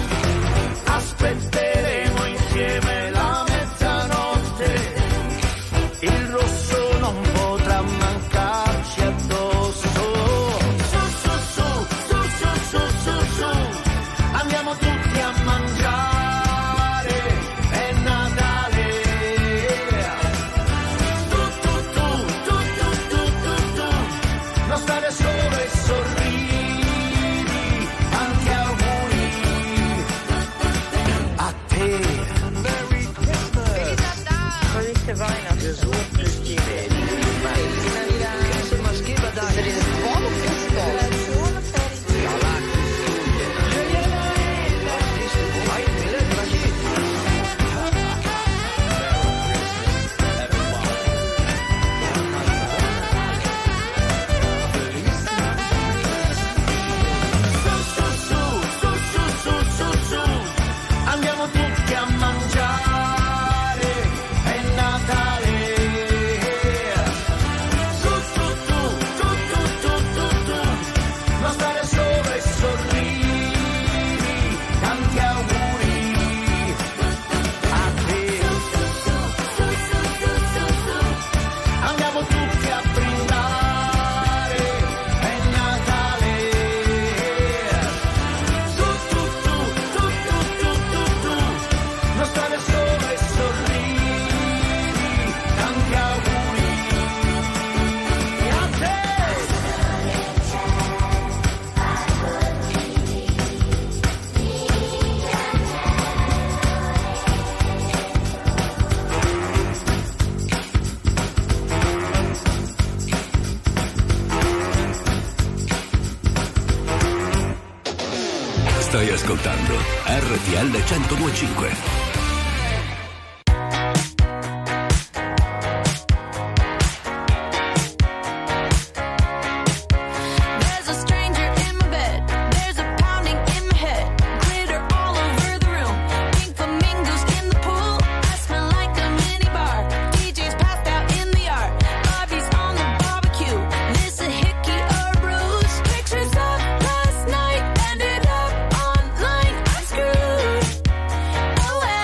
Aspetteremo insieme la mezzanotte, il rosso non potrà mancarci addosso. Su su su su su su su su andiamo tutti a mangiare, è Natale. Tu tu tu tu tu tu tu tu non stare solo e sorridi, tanti auguri a te. Merry Christmas. Felice Weihnachten. Andiamo tutti a mangiare, è Natale. Tu tu tu tu tu tu tu tu non stare solo e sorridi, tanti auguri a te. Andiamo tutti a brindare, è Natale. Tu tu tu tu tu tu tu tu non stare solo e sorridi, tanti auguri a te. Stai ascoltando R T L centodue e cinque. There's a stranger in my bed. There's a pounding in my head. Glitter all over the room. Pink flamingos in the pool. I smell like a mini bar. D J's passed out in the yard. Bobby's on the barbecue. This a hickey or a bruise. Pictures of last night ended up online. I'm screwed. Oh well.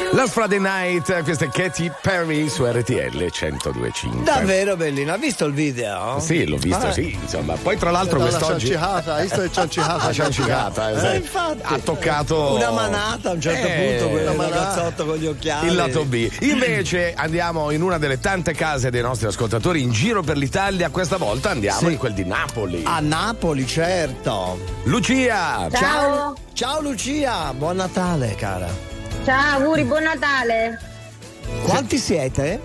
Last Friday Night, questa è Katy Perry su R T L centodue e cinque. Davvero bellino, hai visto il video? Sì, l'ho visto, ah, sì, insomma. Poi tra l'altro quest'oggi hai visto il ciancicata? La ciancicata, eh, infatti. Ha toccato una manata a un certo eh, punto, quel ragazzotto con gli occhiali. Il lato B. Invece andiamo in una delle tante case dei nostri ascoltatori in giro per l'Italia, questa volta andiamo sì. in quel di Napoli. A Napoli, certo. Lucia! Ciao! Ciao Lucia, buon Natale, cara. Ciao, auguri, buon Natale. Quanti siete?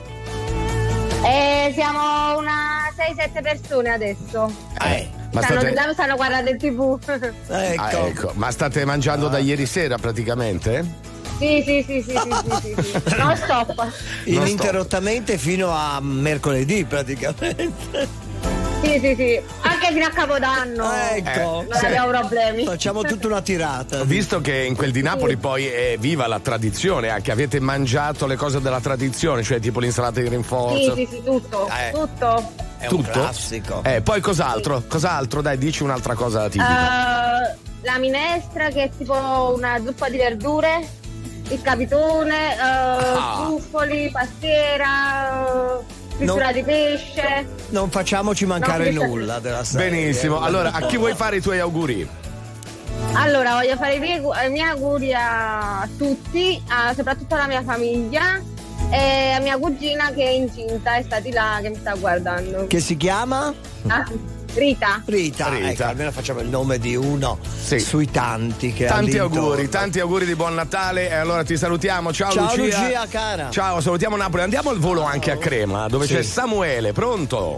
Eh, siamo una sei sette persone adesso. Eh, ma stanno, state... stanno guardando il tivù. Ecco. Ah, ecco. Ma state mangiando ah. da ieri sera praticamente? Sì, sì, sì, sì, sì, sì, sì, sì. Non stop. Ininterrottamente fino a mercoledì praticamente. Sì, sì, sì, anche fino a Capodanno. Ecco, non eh, abbiamo problemi. Facciamo tutta una tirata. Visto che in quel di Napoli sì. poi è viva la tradizione, anche avete mangiato le cose della tradizione, cioè tipo l'insalata di rinforzo. Sì, sì, sì, tutto, eh. tutto. È tutto? Un classico. Eh, poi cos'altro? Sì. Cos'altro? Dai, dici un'altra cosa tipica. Uh, la minestra, che è tipo una zuppa di verdure, il capitone, uh, ah. truffoli, pastiera. Uh, Frittura di pesce. Non facciamoci mancare no, nulla della serie. Benissimo, allora a chi vuoi fare i tuoi auguri? Allora voglio fare i miei, i miei auguri a tutti, a, soprattutto alla mia famiglia e a mia cugina che è incinta e sta di là che mi sta guardando. Che si chiama? Ah, Rita. Rita, Rita. Ecco, almeno facciamo il nome di uno sì. sui tanti che tanti ha auguri, tanti auguri di buon Natale e allora ti salutiamo. Ciao, Ciao Lucia. Lucia, cara. Ciao, salutiamo Napoli. Andiamo al volo anche a Crema, dove sì. c'è Samuele, pronto?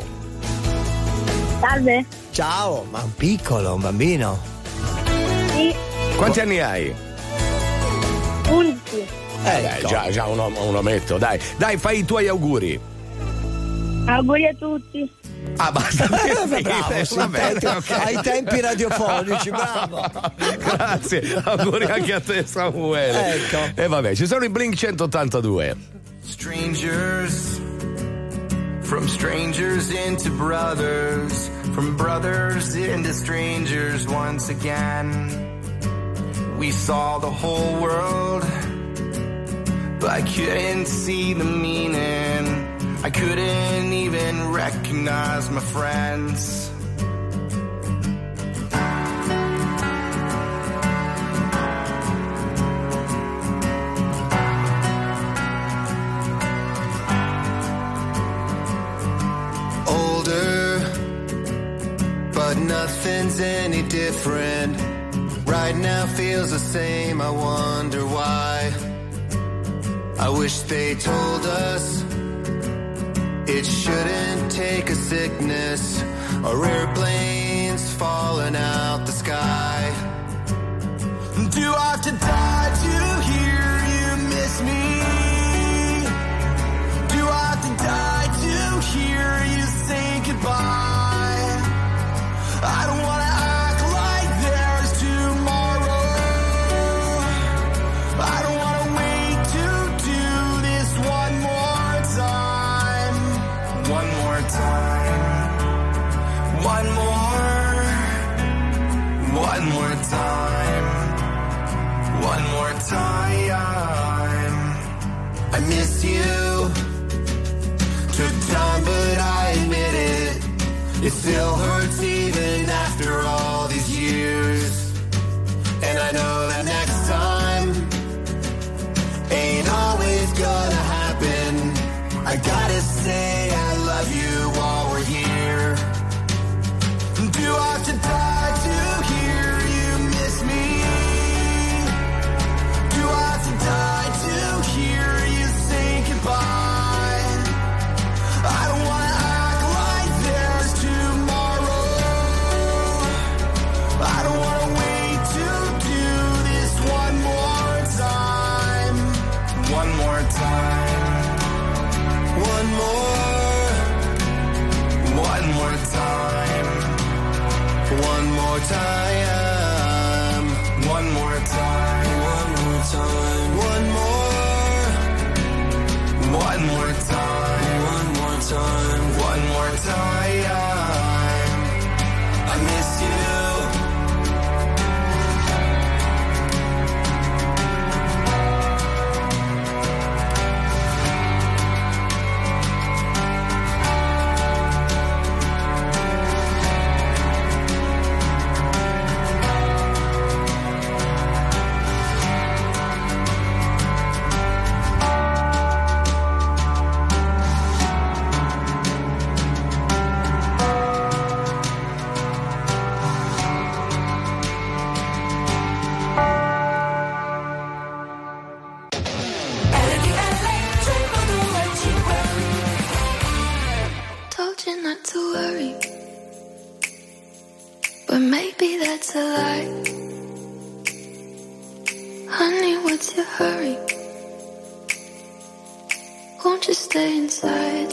Salve. Ciao, ma un piccolo, un bambino. Sì. Quanti anni hai? undici. Eh, ecco. Dai, già, già un, un ometto, dai. Dai, fai i tuoi auguri. Auguri a tutti. Ah, basta. Bravo, vabbè, okay. Ai tempi radiofonici, bravo. Grazie, auguri anche a te, Samuele. Ecco. E vabbè, ci sono i Blink centottantadue. Strangers, from strangers into brothers, from brothers into strangers once again. We saw the whole world, but I couldn't see the meaning. I couldn't even recognize my friends. Older, but nothing's any different. Right now feels the same, I wonder why. I wish they told us it shouldn't take a sickness or airplanes falling out the sky. Do I have to die to hear you miss me? Do I have to die to hear you say goodbye? I don't wanna act like there's tomorrow. I don't wanna wait to do this one more time. One more time. One more. One more time. One more time. I miss you. Took time, but I admit it. It still hurts even after all these years. And I know that next time ain't always gonna happen. I gotta say I love you while we're here. Do I have to die to hear you miss me? Do I have to die to hear you say goodbye? I don't wanna act like there's tomorrow. what's your hurry? Won't you stay inside?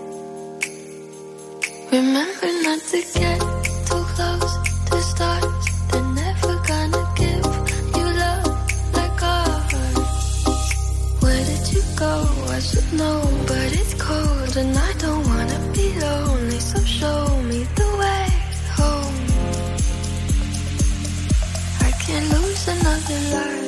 Remember not to get too close to stars. They're never gonna give you love like ours. Where did you go? I should know, but it's cold and I don't wanna be lonely. So show me the way home. I can't lose another life.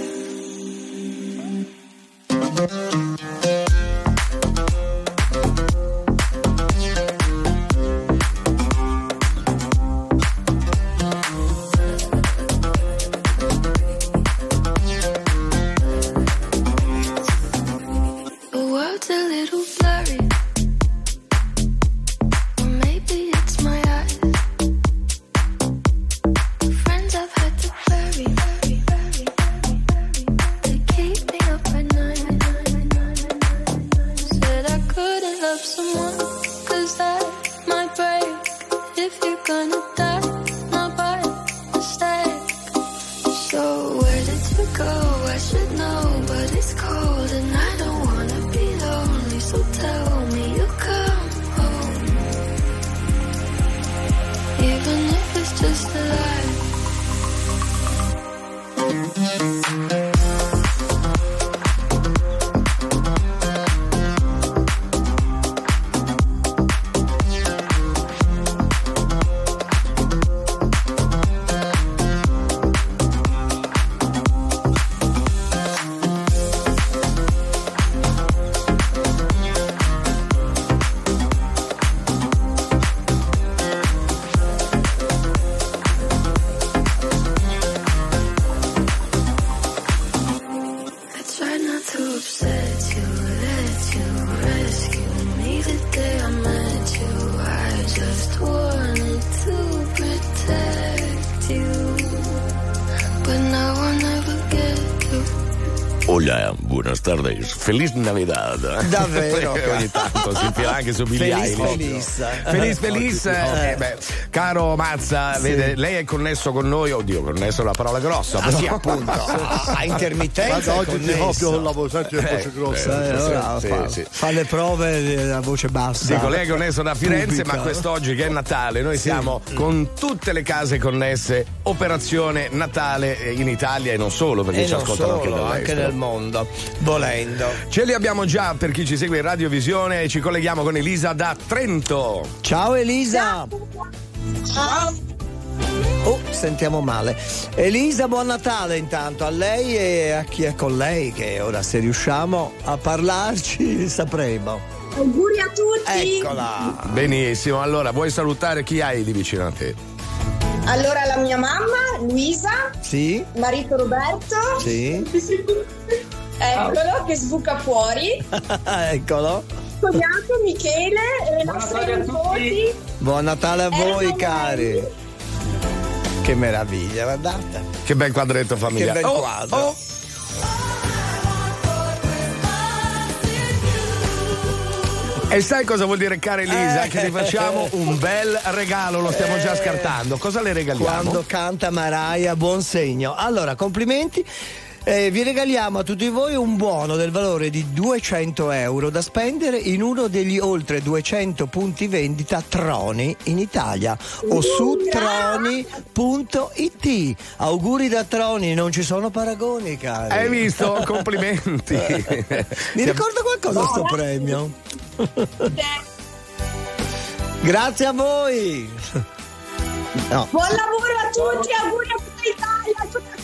Hola, buenas tardes. Feliz Navidad. Davvero? Ogni tanto si infila anche su Billie Feliz, Eilish. feliz. Feliz, feliz. Eh, beh, caro Mazza, Sì. vede, lei è connesso con noi. Oddio, connesso è una parola grossa. Ah, sì, appunto. A intermittenza. Guarda, oggi ti connesso. copio con la voce, senti le voce grosse. Eh, allora, sì, fa, sì. fa le prove a voce bassa. Dico, lei è connesso da Firenze, Pubblica. ma quest'oggi che è Natale, noi siamo con tutte le case connesse, operazione Natale in Italia e non solo, perché E ci non ascoltano solo, anche anche dall'estero. nel mondo, volendo. Ce li abbiamo già per chi ci segue in radiovisione e ci colleghiamo con Elisa da Trento. Ciao Elisa. Ciao. Oh, sentiamo male. Elisa, buon Natale intanto a lei e a chi è con lei, che ora se riusciamo a parlarci sapremo. Auguri a tutti. Eccola. Benissimo, allora vuoi salutare chi hai di vicino a te? Allora la mia mamma, Luisa, Sì? marito Roberto, Sì? eccolo che sbuca fuori, Eccolo. cognato Michele e le nostre nipoti. Buon Natale a voi, Erano cari. Che meraviglia, guardate. Che bel quadretto familiare. Che bel Oh, quadro. oh. E sai cosa vuol dire, cara Elisa? Eh. Che ti facciamo un bel regalo, lo stiamo già Eh. scartando. Cosa le regaliamo? Quando canta Mariah, buon segno. Allora, complimenti. Eh, vi regaliamo a tutti voi un buono del valore di duecento euro da spendere in uno degli oltre duecento punti vendita Troni in Italia o su troni punto it. Auguri da Troni, non ci sono paragoni, cari. Hai visto? Complimenti. Mi ricordo qualcosa sto premio? Grazie a voi. No. Buon lavoro a tutti, auguri a tutta Italia, a tutta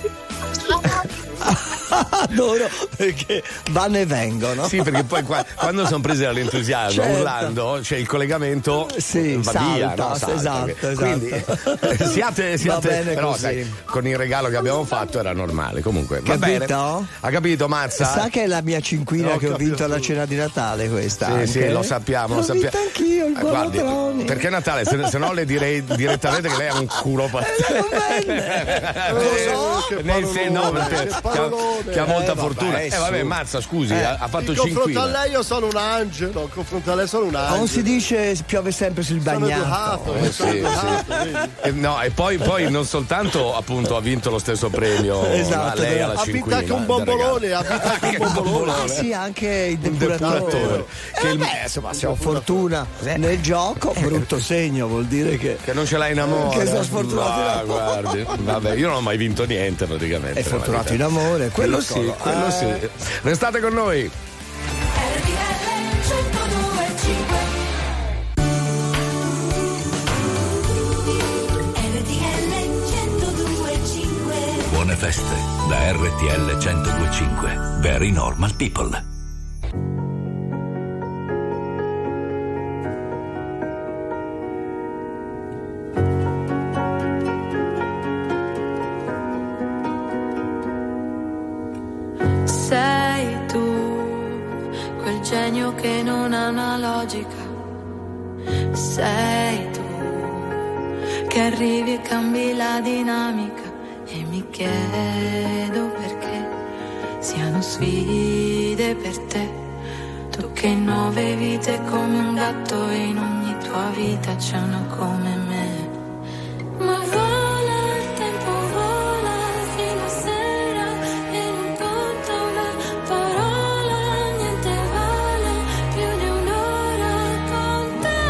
Adoro perché vanno e vengono. Sì, perché poi qua, quando sono presi dall'entusiasmo, Certo. urlando, cioè il collegamento Sì, va salta, via, no? Salta. esatto, Quindi esatto. siate, siate Va bene però così. sai, con il regalo che abbiamo fatto era normale. Comunque, va Capito? bene. Ha capito, Mazza? Sa che è la mia cinquina Ho che ho capito. vinto alla cena di Natale questa? Sì, anche? sì, lo sappiamo, lo L'ho sappiamo. vinta anch'io, il Eh, guardi, Guardatroni. perché è Natale, se, se no le direi direttamente che lei ha un culo pazzesco. Lo so. Nel sen- no, perché che parolone. che ha molta Eh, vabbè, fortuna. Eh su. vabbè, Mazza, scusi, Eh, ha, ha fatto in confronto cinquina. a lei io sono un angelo, in confronto a lei sono un angelo. Non si dice piove sempre sul Sono bagnato. educato, Eh, sono sì, educato, sì. vedi? Eh, no, e poi, poi non soltanto appunto ha vinto lo stesso premio Esatto, a lei alla Ha vinto cinquina. anche un del bombolone, regalo. ha vinto anche un bombolone. Ah, sì, anche il Un depuratore. depuratore. Eh, Che il- beh, insomma, se ho fortuna nel gioco, brutto segno, vuol dire che. Che non ce l'hai in amore. Che sono sfortunato in Ah, amore. guardi, vabbè, io non ho mai vinto niente praticamente. È fortunato in nella vita. amore, Quello piccolo. sì, quello Eh. sì. Restate con noi. Buone feste da R T L centodue e cinque. Very normal people. Sei tu, quel genio che non ha una logica. Sei tu, che arrivi e cambi la dinamica. E mi chiedo perché siano sfide per te. Tu che in nove vite come un gatto e in ogni tua vita c'è una come me. Ma vola il tempo, vola fino a sera e non conta una parola, niente vale più di un'ora con te.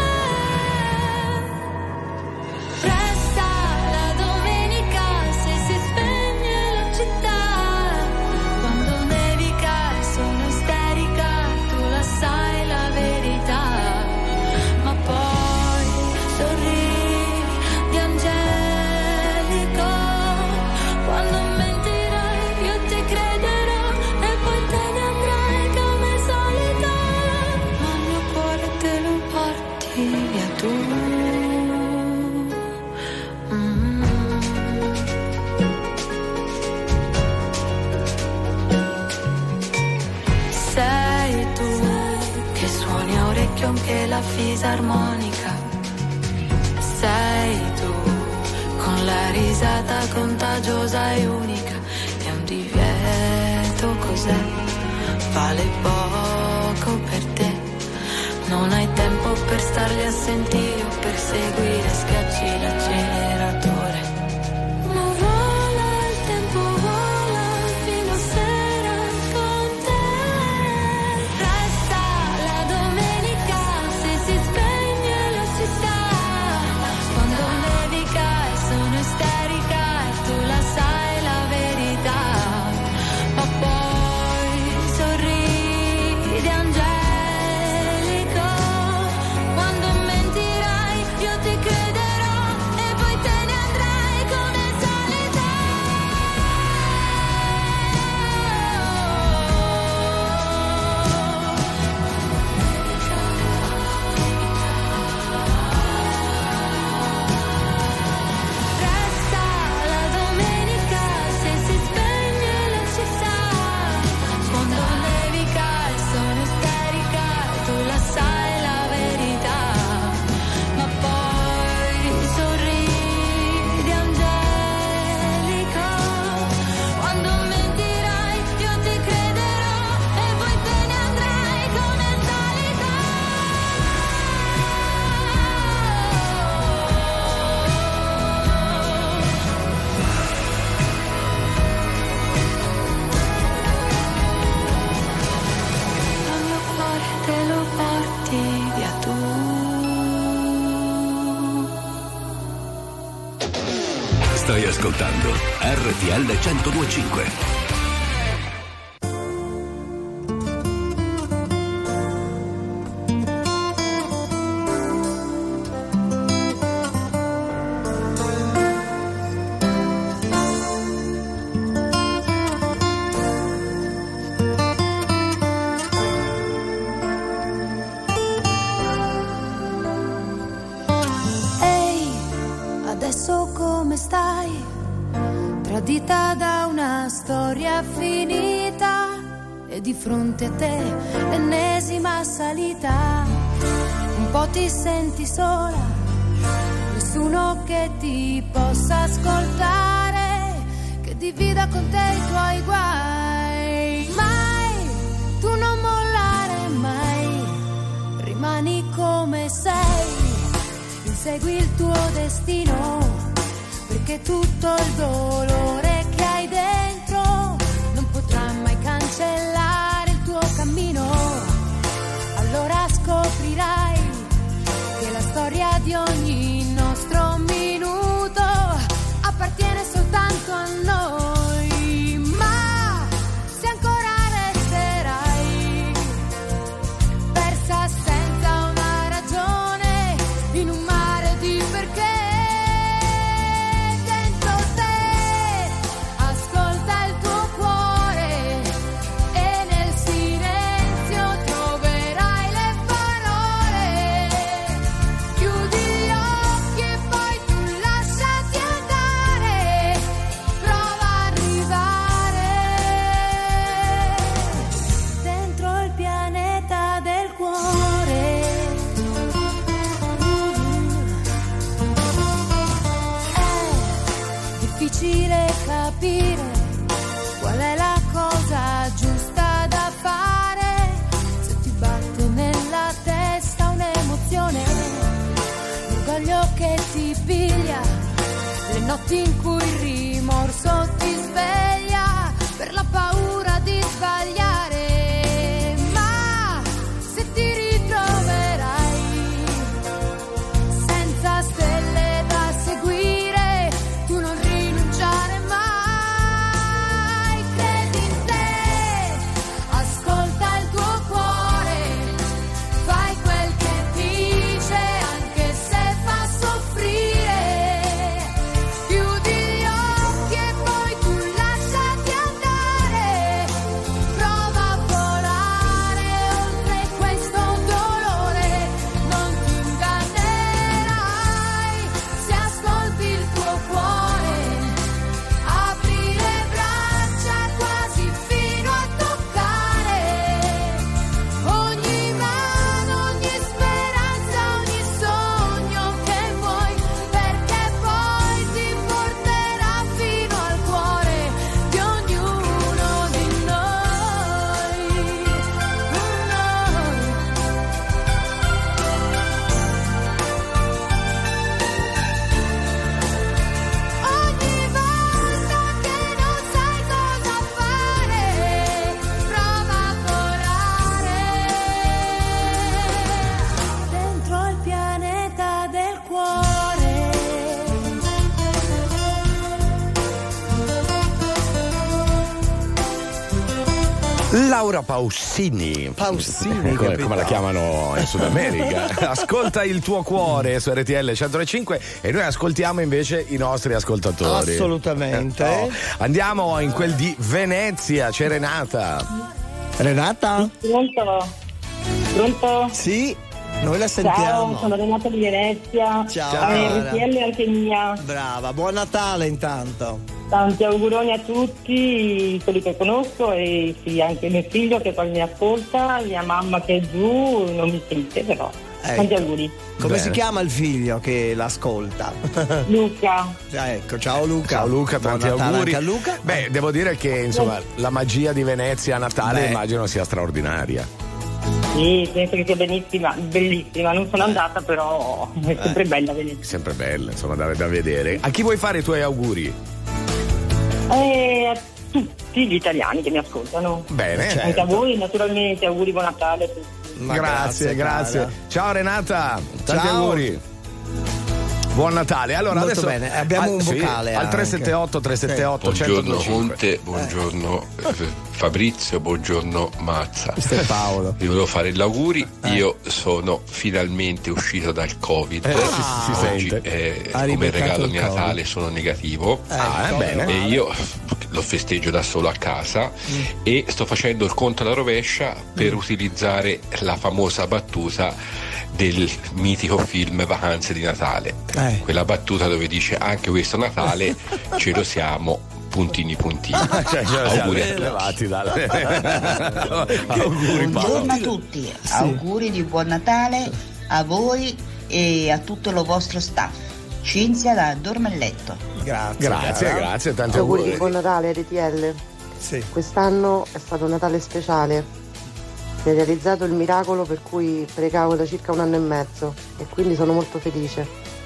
Resta la domenica se si spegne la città, quando nevica e sono isterica, tu la sai la verità, ma poi sorridi angelico, quando mentirai io ti crederò e poi te ne andrai come solita, ma il mio cuore te lo porti via tu. Mm. Sei tu che suoni a orecchio anche la fisarmonica. Sei tu con la risata contagiosa e unica. È un divieto, cos'è? Vale poco per te. Non hai tempo per starli a sentire o per seguire, schiacci l'acceleratore. Ma vola il tempo, vola fino a sera con te. Resta la domenica se si spegne la città, quando nevica e sono isterica e tu la sai la verità, ma poi sorridi angelico, quando mentirai io ti crederò e poi te ne andrai come solita. Resta la domenica se si spegne la città, quando nevica e sono isterica e tu la sai la verità, ma poi sorridi angelico, quando mentirai io ti crederò e poi te ne andrai come solita. Il mio cuore te lo porti via tu. Stai ascoltando R T L centodue e cinque. Ehi, adesso come stai? Tradita da una storia finita e di fronte a te l'ennesima salita. Un po' ti senti sola, nessuno che ti possa ascoltare, che divida con te i tuoi guai. segui il tuo destino, perché tutto il dolore che hai dentro non potrà mai cancellare il tuo cammino. Allora scoprirai che la storia di ogni nostro minuto appartiene soltanto a noi. Ma se ancora resterai persa senza una ragione in un mare di perché, dentro te ascolta il tuo cuore e nel silenzio troverai le parole. Chiudi gli occhi e poi tu lasciati andare, prova a arrivare dentro il pianeta del cuore. È difficile capire qual è la cosa giusta da fare, se ti batte nella testa un'emozione, l'orgoglio che ti piglia, le notti in cui il rimorso ti sveglia per la paura di sbagliare. Ma se ti ritroverai senza stelle da seguire, tu non rinunciare mai. Credi in te, ascolta il tuo cuore, fai quel che dice anche se fa soffrire. Chiudi gli occhi e poi tu lasciati andare, prova a volare oltre questo dolore, non ti ingannerai se ascolti il tuo cuore. Apri le braccia quasi fino a toccare ogni mano, ogni speranza, ogni sogno che vuoi, perché poi ti porterà fino al cuore di ognuno di noi. Ogni volta che non sai cosa fare, prova a volare dentro il pianeta del cuore. Laura Pausini. Pausini, come, capito? come la chiamano in Sud America. Ascolta il tuo cuore su R T L centodue e cinque e noi ascoltiamo invece i nostri ascoltatori. Assolutamente. Eh, no. Andiamo in quel di Venezia, c'è Renata. Renata? Pronto? Pronto? Sì, noi la sentiamo. Ciao, sono Renata di Venezia. Ciao. R T L anche mia. Brava, buon Natale intanto. Tanti auguroni a tutti, quelli che conosco, e sì, anche mio figlio che poi mi ascolta, mia mamma che è giù, non mi sente però. Ecco. Tanti auguri. Come Bene. si chiama il figlio che l'ascolta? Luca. Ah, ecco, ciao Luca. Ciao Luca, Buon tanti Natale auguri. anche a Luca. Beh, devo dire che insomma la magia di Venezia a Natale Beh. immagino sia straordinaria. Sì, penso che sia benissima, bellissima. Non sono andata, però è sempre bella Venezia. Sempre bella, insomma, da, da vedere. A chi vuoi fare i tuoi auguri? E a tutti gli italiani che mi ascoltano. Bene, Anche certo. a voi naturalmente, auguri buon Natale a tutti. Ma grazie, grazie, grazie. Ciao Renata, tanti Ciao. auguri. Buon Natale. Allora Molto adesso bene, abbiamo un sì, vocale al anche. tre sette otto tre sette otto Buongiorno uno zero due cinque. Conte, buongiorno eh, Fabrizio, buongiorno Mazza. Questo è Paolo. Vi volevo fare gli auguri, io sono finalmente uscito dal Covid. Eh, si- si Oggi sente. eh, Ha come ribeccato regalo il di Covid. Natale sono negativo. Ah, eh, bene. E io lo festeggio da solo a casa e sto facendo il conto alla rovescia per utilizzare la famosa battuta del mitico film Vacanze di Natale, Eh. quella battuta dove dice anche questo Natale ce lo siamo puntini puntini. Cioè, ce la siamo Auguri a tutti. levati dalle... auguri Paolo. Buongiorno a tutti, auguri di buon Natale a voi e a tutto lo vostro staff. Cinzia da Dormelletto. Grazie. Grazie, cara. grazie, tanti Auguri auguri. di buon Natale R T L. Sì. Quest'anno è stato un Natale speciale. Si è realizzato il miracolo per cui pregavo da circa un anno e mezzo e quindi sono molto felice.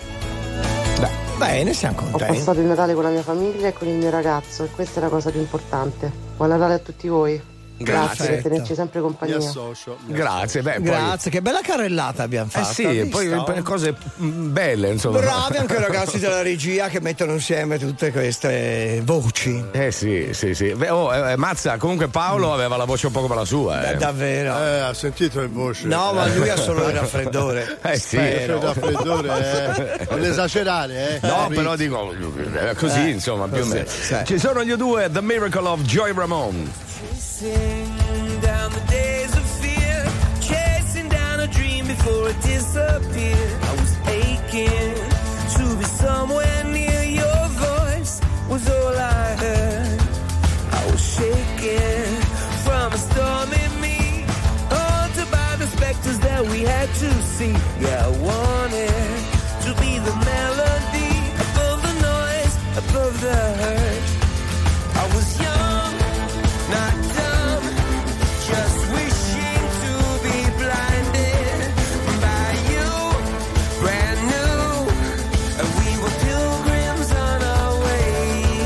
Bene, siamo Ho contenti. passato il Natale con la mia famiglia e con il mio ragazzo e questa è la cosa più importante. Buon Natale a tutti voi. Grazie per tenerci sempre compagnia. Mi associo, mi Grazie, beh, poi- Grazie, che bella carrellata abbiamo Eh fatto. sì, hai e poi visto? per cose mm, belle, insomma. Bravi anche i ragazzi della regia che mettono insieme tutte queste voci. Eh sì, sì, sì. Beh, oh, eh, Mazza, comunque Paolo aveva la voce un po' come la sua. Eh. Davvero. Eh, ha sentito le voci. No, ma lui ha solo il raffreddore. Eh sì. Spero. Il raffreddore, eh. Non esagerare, eh. No, Eh, però dico eh, così, Eh, insomma, più o così, meno. sì. Ci sono gli due, The Miracle of Joy Ramone. Down the days of fear, chasing down a dream before it disappeared. I was aching to be somewhere near. Your voice was all I heard. I was shaking from a storm in me, haunted by the specters that we had to see. Yeah, I wanted to be the melody above the noise, above the hurt. I was young, not dumb, just wishing to be blinded by you, brand new, and we were pilgrims on our way.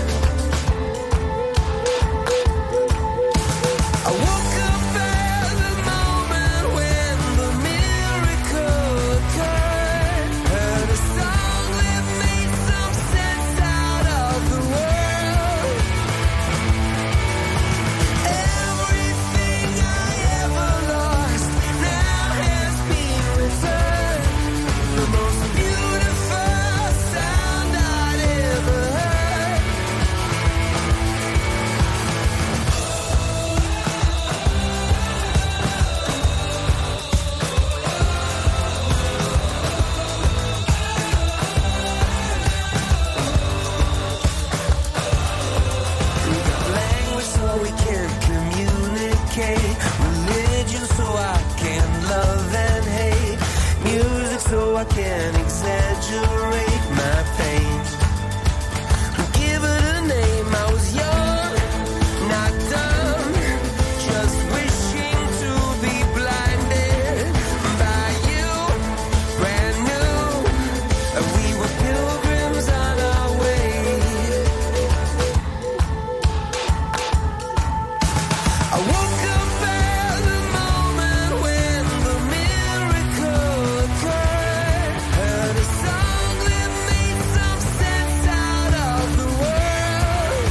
I woke up at the moment when the miracle occurred. Heard a song that made some sense out of the world. Everything I ever lost now has been returned. The most beautiful sound I'd ever heard. We got language so we can communicate, religion so I can love and hate, music so I can exaggerate my pain. Give it a name, I was young, not dumb, just wishing to be blinded by you, brand new, and we were pilgrims on our way. I woke up at the moment when the miracle occurred. Heard a song that made some sense out of the world.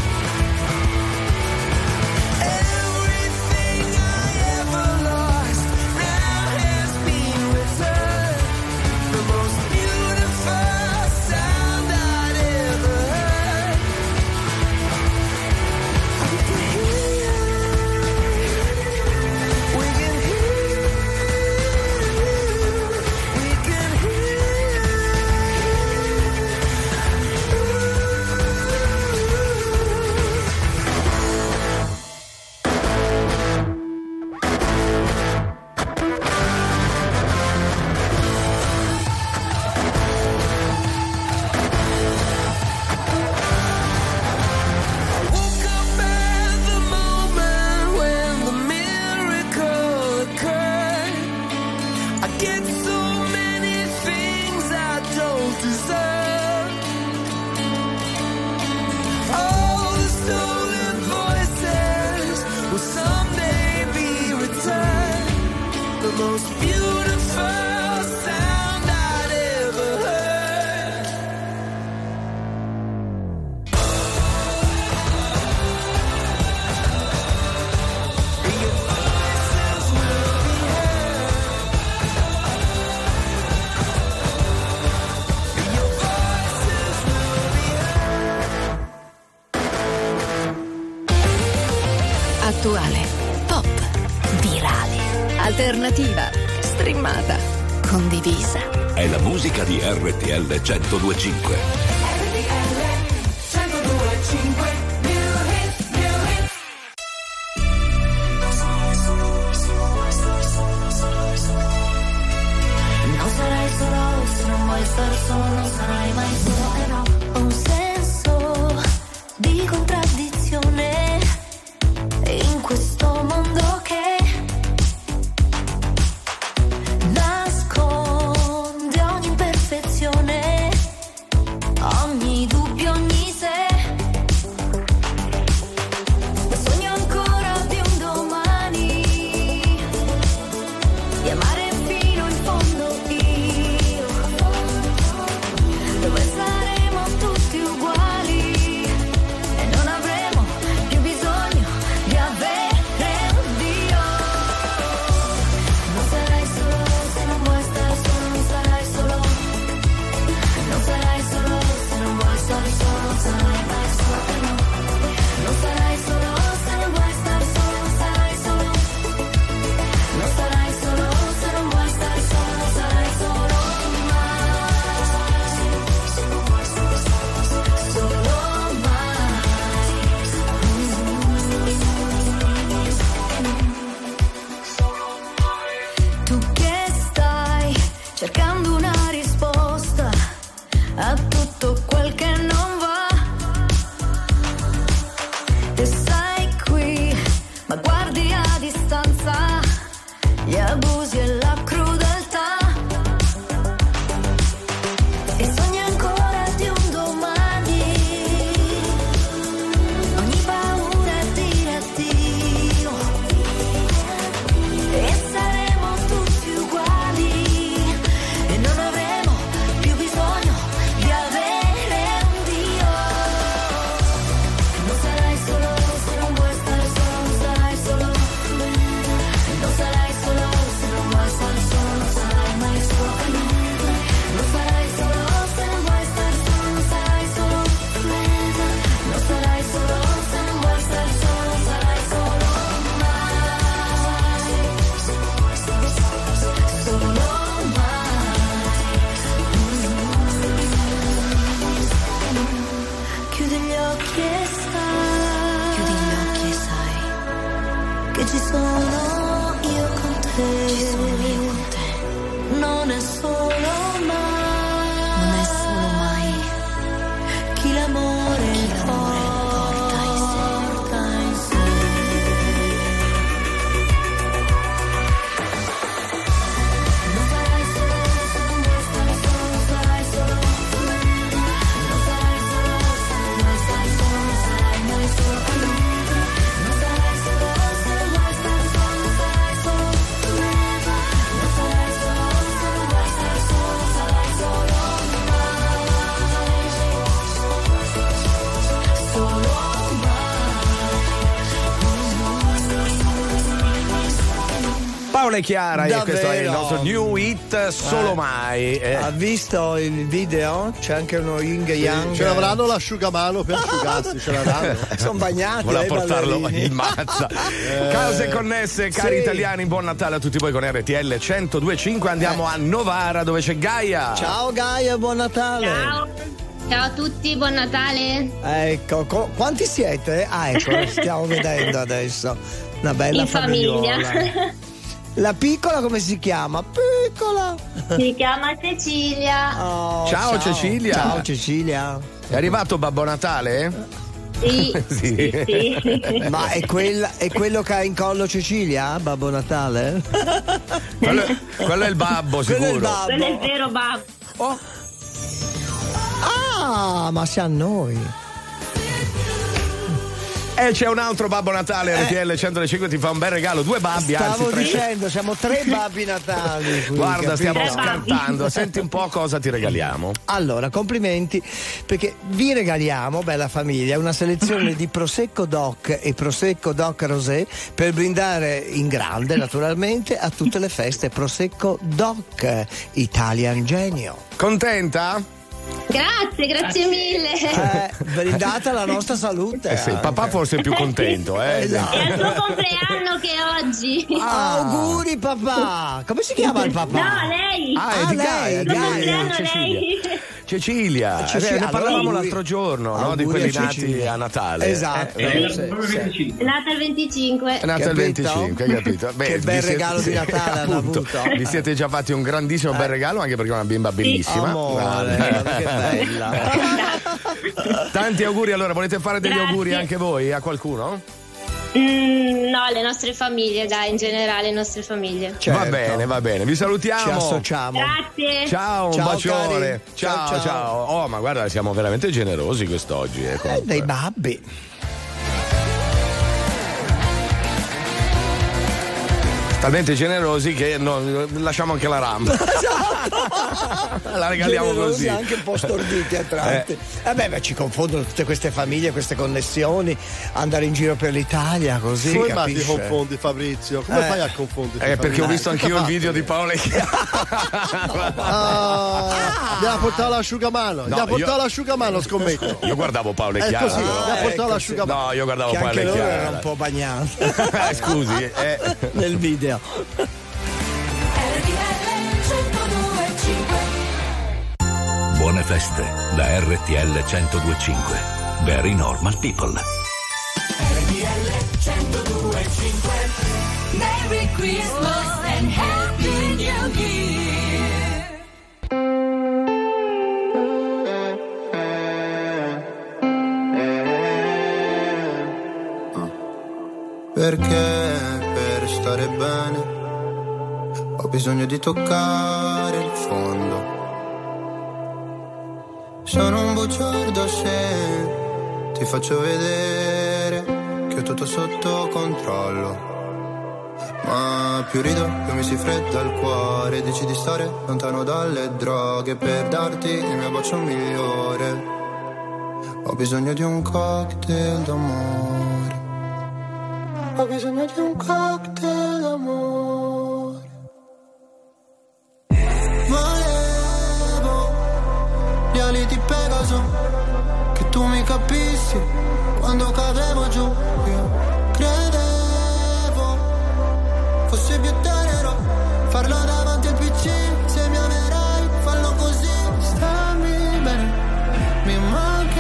Everything I ever lost now has been returned. The most beautiful sound I'd ever heard. We can hear you. We can hear you. We can hear I woke up at the moment when the miracle occurred. I get so many things I don't deserve. All the stolen voices will someday be returned. The most beautiful sound I'd ever heard. Your voices will be heard. Your voices will be heard. Attuale, pop, virale, alternativa, streamata, condivisa. È la musica di R T L centodue e cinque. Non sarai solo se non vuoi star solo, non sarai mai solo e no. Ho un senso di contraddizione in questo mondo che nasconde ogni imperfezione. che ci sono io con te. Non è solo mai, non è solo mai chi l'amore, chi l'amore porta in sé, porta in sé. Non sarai solo se non vuoi stare solo, sarai solo tu. Non sarai solo se non vuoi stare solo, sarai mai solo tu. Non sarai solo se non vuoi stare solo, sarai solo tu. Non sarai solo se non vuoi stare solo, sarai solo Paola e Chiara, e Davvero? questo è il nostro new hit Solo Eh. Mai. Eh. Ha visto il video? C'è anche uno Ying Sì, Yang. ce l'avranno l'asciugamano per asciugarsi, ce l'avranno. Sono bagnati. Vuole eh, portarlo ballerini. in mazza. Eh. Case connesse, cari Sì. italiani, buon Natale a tutti voi con R T L centodue e cinque. Andiamo a Novara dove c'è Gaia. Ciao Gaia, buon Natale. Ciao. Ciao a tutti, buon Natale. Ecco, co- quanti siete? Ah, ecco, stiamo vedendo adesso. Una bella In famiglia. famigliola. La piccola come si chiama? Piccola. Si chiama Cecilia. Oh, Ciao, Cecilia. Ciao Cecilia. È arrivato Babbo Natale? Sì, Sì. sì, sì. Ma è, quella, è quello che ha in collo Cecilia? Babbo Natale? Quello, quello è il babbo, Quello sicuro. è il babbo. Quello è il vero babbo. Oh. Ah, ma sia a noi. E c'è un altro Babbo Natale, R T L centodue e cinque ti fa un bel regalo, due babbi, Stavo anzi tre. dicendo, siamo tre babbi Natali qui, Guarda, capito? stiamo Tre babbi. scartando. Senti un po' cosa ti regaliamo. Allora, complimenti, perché vi regaliamo, bella famiglia, una selezione di Prosecco Doc e Prosecco Doc Rosé per brindare in grande, naturalmente, a tutte le feste. Prosecco Doc, Italian Genio. Contenta? Grazie, grazie mille. Eh, brindate alla nostra salute. Eh sì, anche. papà forse è più contento, eh. Esatto. È il suo compleanno che è oggi. Ah, auguri papà. Come si chiama il papà? No, lei. Ah, è Ah, di lei, Gaia, Il di suo Gaia, compleanno Cecilia. lei. Cecilia, Cecilia, eh, ne allora parlavamo auguri- l'altro giorno, no? Di auguri quelli a nati Cecilia. a Natale. Esatto. Eh, Sì, sì. È nata il venticinque. È nata il Capito? venticinque, hai capito? Che vi bel siete- regalo di Natale hanno appunto, avuto. Vi siete già fatti un grandissimo bel regalo, anche perché è una bimba bellissima. Amore, Ah. guarda che bella. Tanti auguri, allora, volete fare degli Grazie. auguri anche voi a qualcuno? Mm, no, le nostre famiglie, dai, in generale, le nostre famiglie. Certo. Va bene, va bene, vi salutiamo. Ci associamo. Grazie. Ciao, un Ciao, bacione. cari. Ciao, Ciao, ciao, ciao. Oh, ma guarda, siamo veramente generosi quest'oggi. Eh, Eh, comunque. dei babbi. Talmente generosi che no, lasciamo anche la RAM. La regaliamo Generosi, così. anche un po' storditi a tratti. Eh beh, beh, ci confondono tutte queste famiglie, queste connessioni, andare in giro per l'Italia così. Come mai ti capisce? confondi, Fabrizio? Come Eh. fai a confonderti? Eh, perché ho Fabrizio? visto anch'io il video di Paola e Ah, mi ha portato l'asciugamano, mi ha portato io- l'asciugamano, scommetto. Io guardavo Paola e È Chiara. così, mi ha portato ecco, l'asciugamano. No, io guardavo Che Paola anche e loro Chiara. erano un po' bagnati. Eh, Scusi, eh. nel video. Buone feste da R T L centodue e cinque. Very normal people. Merry Christmas and Happy New Year. Perché per stare bene ho bisogno di toccare il fondo. Sono un bugiardo se ti faccio vedere che ho tutto sotto controllo. Ma più rido, più mi si fredda il cuore. Dici di stare lontano dalle droghe per darti il mio bacio migliore. Ho bisogno di un cocktail d'amore. Ho bisogno di un cocktail d'amore. Volevo gli ali di Pegaso, che tu mi capissi quando cadevo giù. Io credevo fosse più tenero farlo davanti al P C. Se mi amerai, fallo così. Stammi bene, mi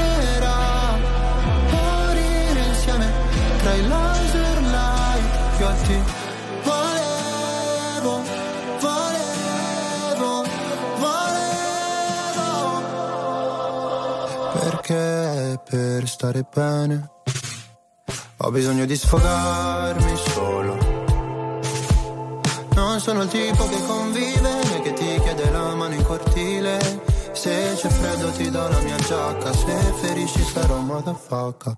mancherà morire insieme tra i laser light, io ti volevo, volevo, volevo. Perché per stare bene ho bisogno di sfogarmi solo. Non sono il tipo che convive né che ti chiede la mano in cortile. Se c'è freddo ti do la mia giacca, se ferisci sarò motherfucker.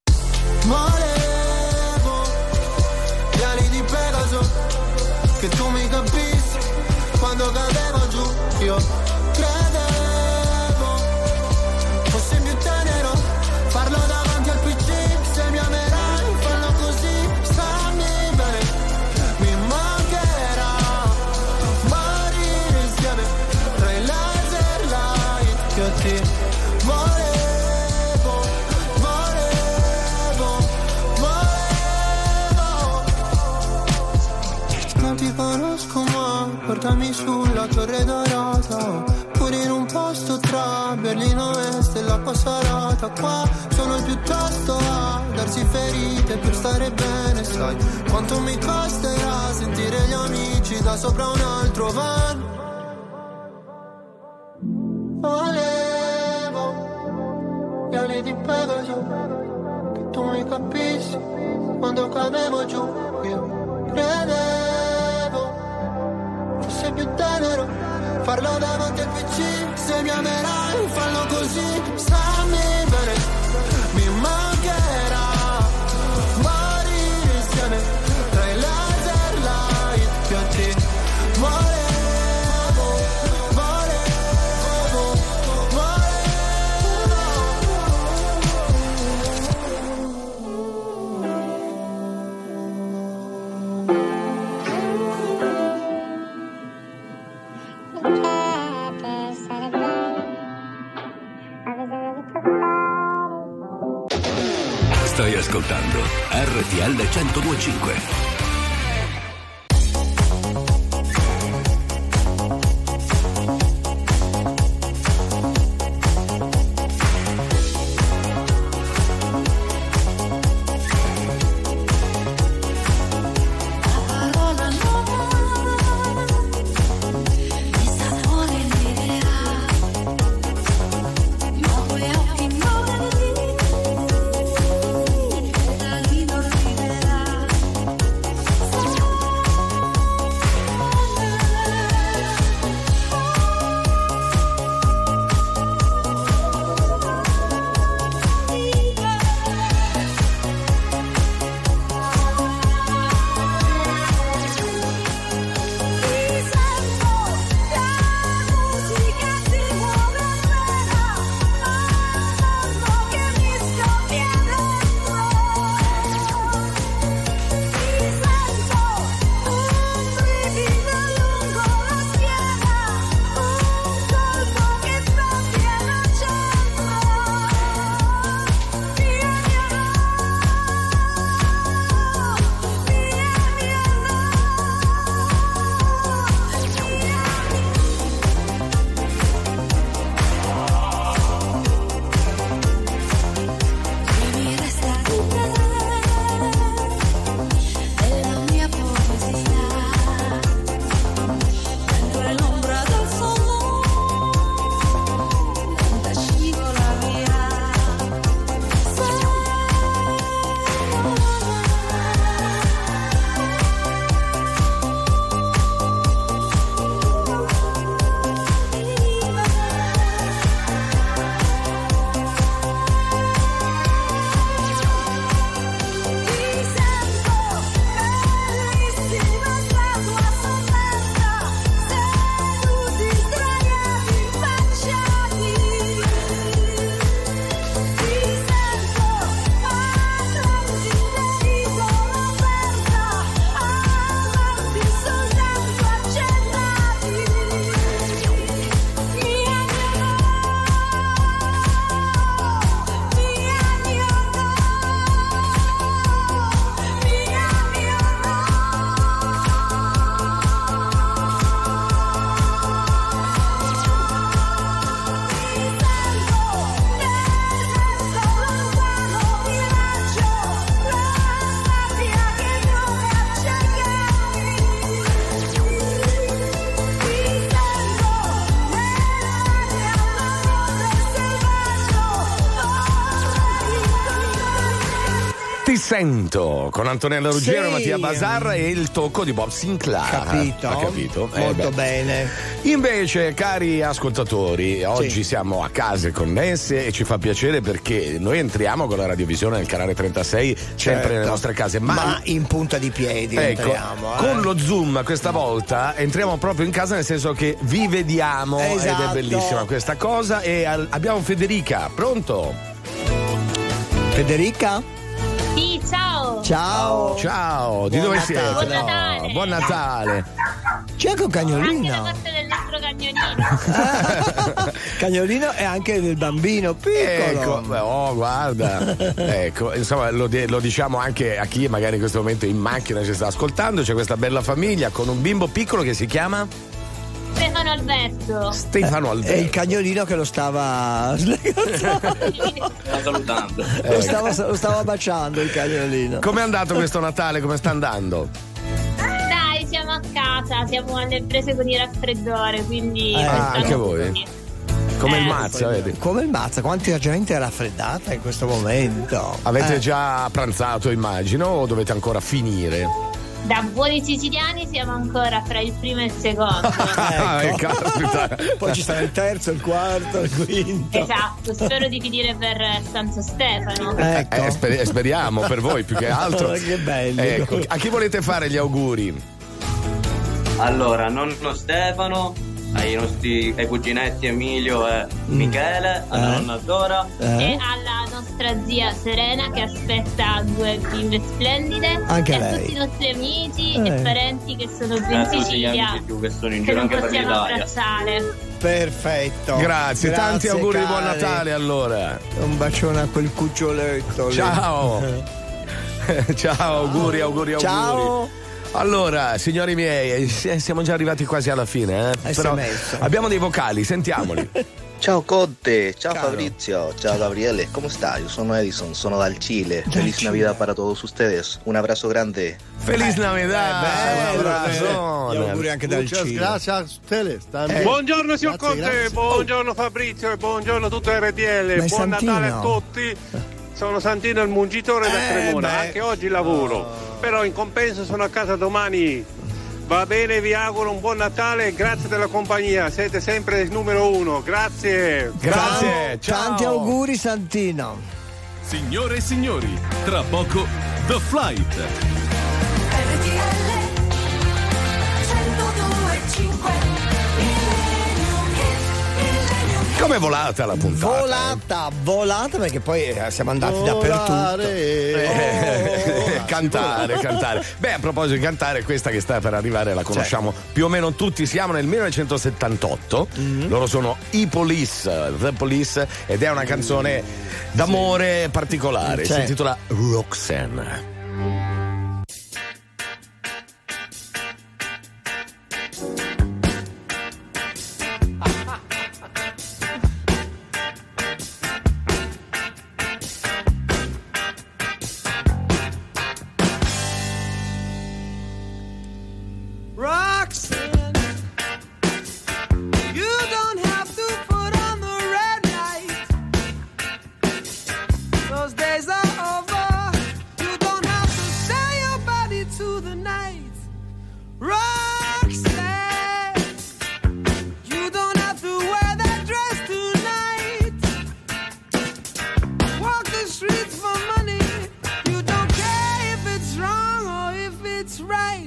Volevo gli ali di Pegaso, che tu mi capissi quando cadevo giù. Io credevo fossi più tenero, farlo davanti al P C. Se mi amerai fallo così, stammi bene, mi mancherà morire insieme tra i laser light. Io ti volevo, volevo, volevo. Non ti conosco ma portami sulla Torre Dorata, pure in un posto tra Berlino Est e l'acqua salata. Qua sono il più tosto a darsi ferite per stare bene. Sai quanto mi costerà sentire gli amici da sopra un altro van. Volevo gli ali di Pegaso, che tu mi capissi quando cadevo giù. Io credevo fosse più tenero, farlo davanti al P C. Se mi amerai fallo così, stammi bene, mi mancherà morire insieme tra i laser light. Io ti volevo, volevo, Stai ascoltando R T L centodue e cinque. Sento con Antonella Ruggero, Sì. Mattia Bazar e il tocco di Bob Sinclair. Capito? Ha capito? Molto Eh, beh. bene. Invece, cari ascoltatori, oggi Sì. siamo a case connesse e ci fa piacere perché noi entriamo con la radiovisione nel canale trentasei, sempre Certo. nelle nostre case, ma, Ma in punta di piedi ecco, entriamo. eh. con lo Zoom questa volta entriamo proprio in casa, nel senso che vi vediamo ed Esatto. è bellissima questa cosa. E al- abbiamo Federica, pronto? Federica? Sì, ciao. Ciao. Ciao, di Buon dove Natale. siete? Buon Natale. Buon Natale. C'è anche un Anche da cagnolino. parte del nostro cagnolino. Cagnolino e anche del bambino piccolo. Ecco, beh, oh, guarda. Ecco, insomma, lo, de- lo diciamo anche a chi magari in questo momento in macchina ci sta ascoltando. C'è questa bella famiglia con un bimbo piccolo che si chiama Stefano Alberto. Stefano E Alberto. il cagnolino che lo stava Sta salutando. lo, stava, lo stava baciando il cagnolino. Com'è andato questo Natale? Come sta andando? Dai, siamo a casa, siamo alle prese con il raffreddore, quindi. Eh, Ah, quest'anno anche voi? così. Come il Eh, mazza, vedi? Come il mazza, quanta gente è raffreddata in questo momento. Avete Eh. già pranzato, immagino, o dovete ancora finire? Da buoni siciliani siamo ancora fra il primo e il secondo. Ah, Ecco. caspita. Poi ci sarà il terzo, il quarto, il quinto. Esatto, spero di finire per Santo Stefano. Ecco. Eh, sper- speriamo per voi più che altro. Che bello. Ecco, a chi volete fare gli auguri? Allora, nonno Stefano, ai nostri ai cuginetti Emilio e Michele, alla Eh. nonna Dora. E alla nostra zia Serena che aspetta due bimbe splendide. Anche e a lei. tutti i nostri amici Eh. e parenti che sono giù E in a tutti gli Sicilia. amici giù che sono in Che giro non anche per possiamo l'Italia. abbracciare. Perfetto. Grazie, tanti auguri di buon cari. Natale allora. Un bacione a quel cuccioletto lì. Ciao. Ciao, auguri, auguri, auguri. Ciao. Allora, signori miei, eh, siamo già arrivati quasi alla fine, eh? Eh, Però si è messo. abbiamo dei vocali, sentiamoli. Ciao Conte, ciao Caro. Fabrizio, ciao Gabriele, ¿cómo estás? Yo soy Edison, sono dal Chile. Feliz Chile. Navidad para todos ustedes. Un abrazo grande. Feliz Navidad, bello, un Gli abbraccione. auguri anche dal Muchas Cile. gracias a ustedes también. Buongiorno signor Grazie, Conte, grazie. buongiorno Fabrizio e buongiorno a tutto R T L, Ma è buon Santino. Natale a tutti. Sono Santino il mungitore da Eh, Cremona, beh. anche oggi lavoro, però in compenso sono a casa domani. Va bene, vi auguro un buon Natale e grazie della compagnia, siete sempre il numero uno, grazie. Grazie, ciao. Tanti auguri Santino. Signore e signori, tra poco The Flight. Com'è volata la puntata? Volata, volata perché poi eh, siamo andati Volare. Eh, Oh. cantare, cantare. Beh, a proposito di cantare, questa che sta per arrivare la conosciamo più o meno tutti. Siamo nel millenovecentosettantotto. Mm-hmm. Loro sono i Police, The Police, ed è una canzone d'amore particolare. Sì. Si intitola Roxanne. Roxanne, you don't have to put on the red light. Those days are over. You don't have to sell your body to the night. Roxanne, you don't have to wear that dress tonight. Walk the streets for money. You don't care if it's wrong or if it's right.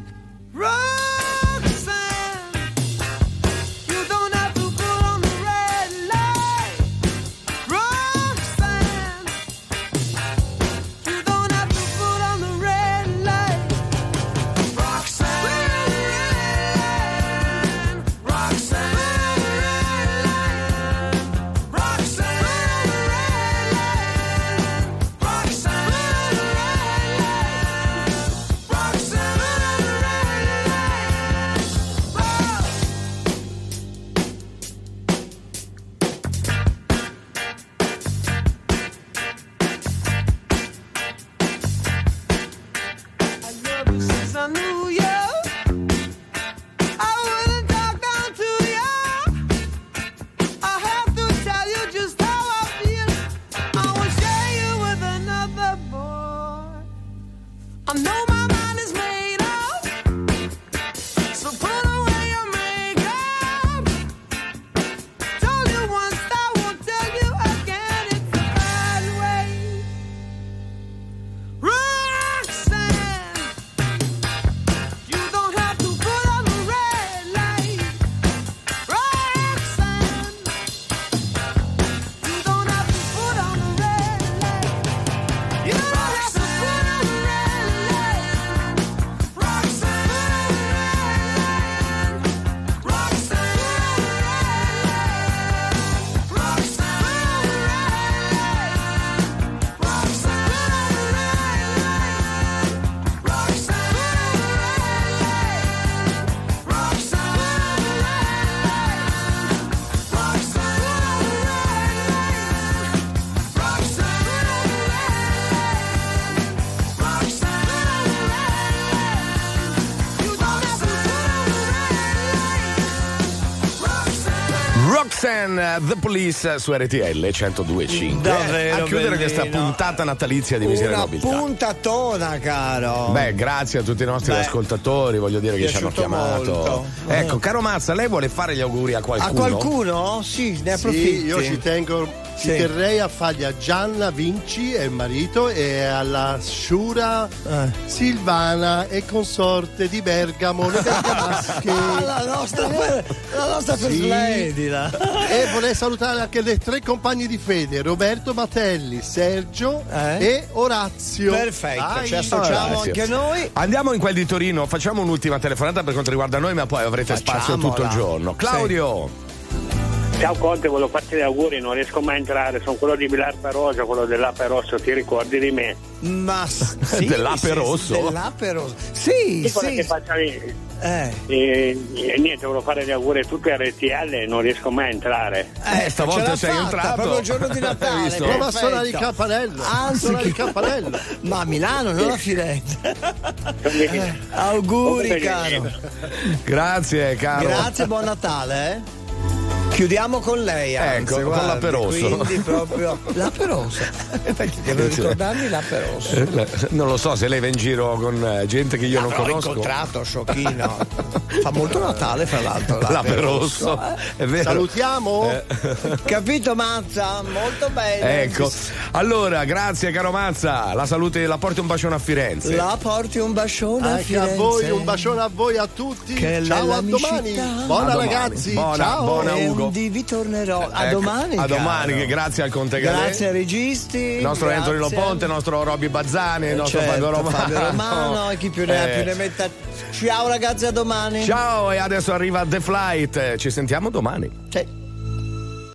Roxanne, you don't have to put on the red light. Roxanne, you don't have to put on the red light. Roxanne, Roxanne, Roxanne, Roxanne, Roxanne. know my mind is made up. So put away your makeup. Told you once, I won't tell you again. It's the bad way. Roxanne, you don't have to put on the red light. Roxanne, you don't have to put on the red light. You don't have to put on the red light. Roxanne, Roxanne, Roxanne, Roxanne, The Police su R T L centodue e cinque. Davvero a chiudere bellino. questa puntata natalizia di Miseria e Una Nobiltà. puntatona, caro. Beh, grazie a tutti i nostri Beh, ascoltatori, voglio dire che ci hanno piaciuto chiamato. molto. Ecco, caro Mazza, lei vuole fare gli auguri a qualcuno? A qualcuno? Sì, ne approfitti. Sì, io ci tengo, ci Sì. terrei a fargli a Gianna Vinci e il marito e alla Shura Eh. Silvana e consorte di Bergamo, le bergamasche. Ah, la nostra, la nostra Sì. splendida. E vorrei salutare anche le tre compagni di fede, Roberto Matelli, Sergio Eh? e Orazio. Perfetto, Dai. ci associamo Grazie. anche noi. Andiamo in quel di Torino, facciamo un'ultima telefonata per quanto riguarda noi, ma poi avrete spazio Facciamola. tutto il giorno. Claudio! Ciao Conte, volevo farti gli auguri, non riesco mai a entrare, sono quello di Bilarpa Rosa, quello dell'Ape Rosso, ti ricordi di me? Ma sì, Dell'Ape sì, Rosso? Dell'Ape Rosso. Sì, Sì, quella sì. che facciavi. Eh. E, e niente, volevo fare gli auguri a tutti a R T L e non riesco mai a entrare. Eh, stavolta ce l'ha sei fatta, entrato. proprio il giorno di Natale. Hai visto? Prova a perfetto. suonare il campanello. Anzi, suonare il che- campanello. ma a Milano, non a Firenze. Quindi, Eh, auguri, comunque, caro. Grazie, caro. Grazie, buon Natale, eh. Chiudiamo con lei, anzi, Ecco, con guardi, l'Ape Rosso. Quindi proprio l'Ape Rosso. Devo ricordarmi l'Ape Rosso. Eh, Non lo so se lei va in giro con eh, gente che io non L'avrò conosco. incontrato, sciocchino. Fa molto Natale, fra l'altro. L'Ape Rosso, eh. è vero. Salutiamo. Eh. Capito, Mazza? Molto bene. Ecco, allora, grazie caro Mazza, la saluti, la porti un bacione a Firenze. La porti un bacione a Anche Firenze. a voi, un bacione a voi a tutti. Che Ciao, a nella domani. città. Buona A domani. ragazzi. Buona, ciao. buona E Ugo. un di vi tornerò. A Ecco, domani. A caro. domani, che grazie al Conte Galè. Grazie ai registi. Il nostro grazie. Anthony Loponte, il nostro Robby Bazzani, il nostro Certo, Fabio Romano. Fabio Romano e chi più ne ha Eh. più ne metta. Ciao ragazzi, a domani. Ciao, e adesso arriva The Flight. Ci sentiamo domani. Sì.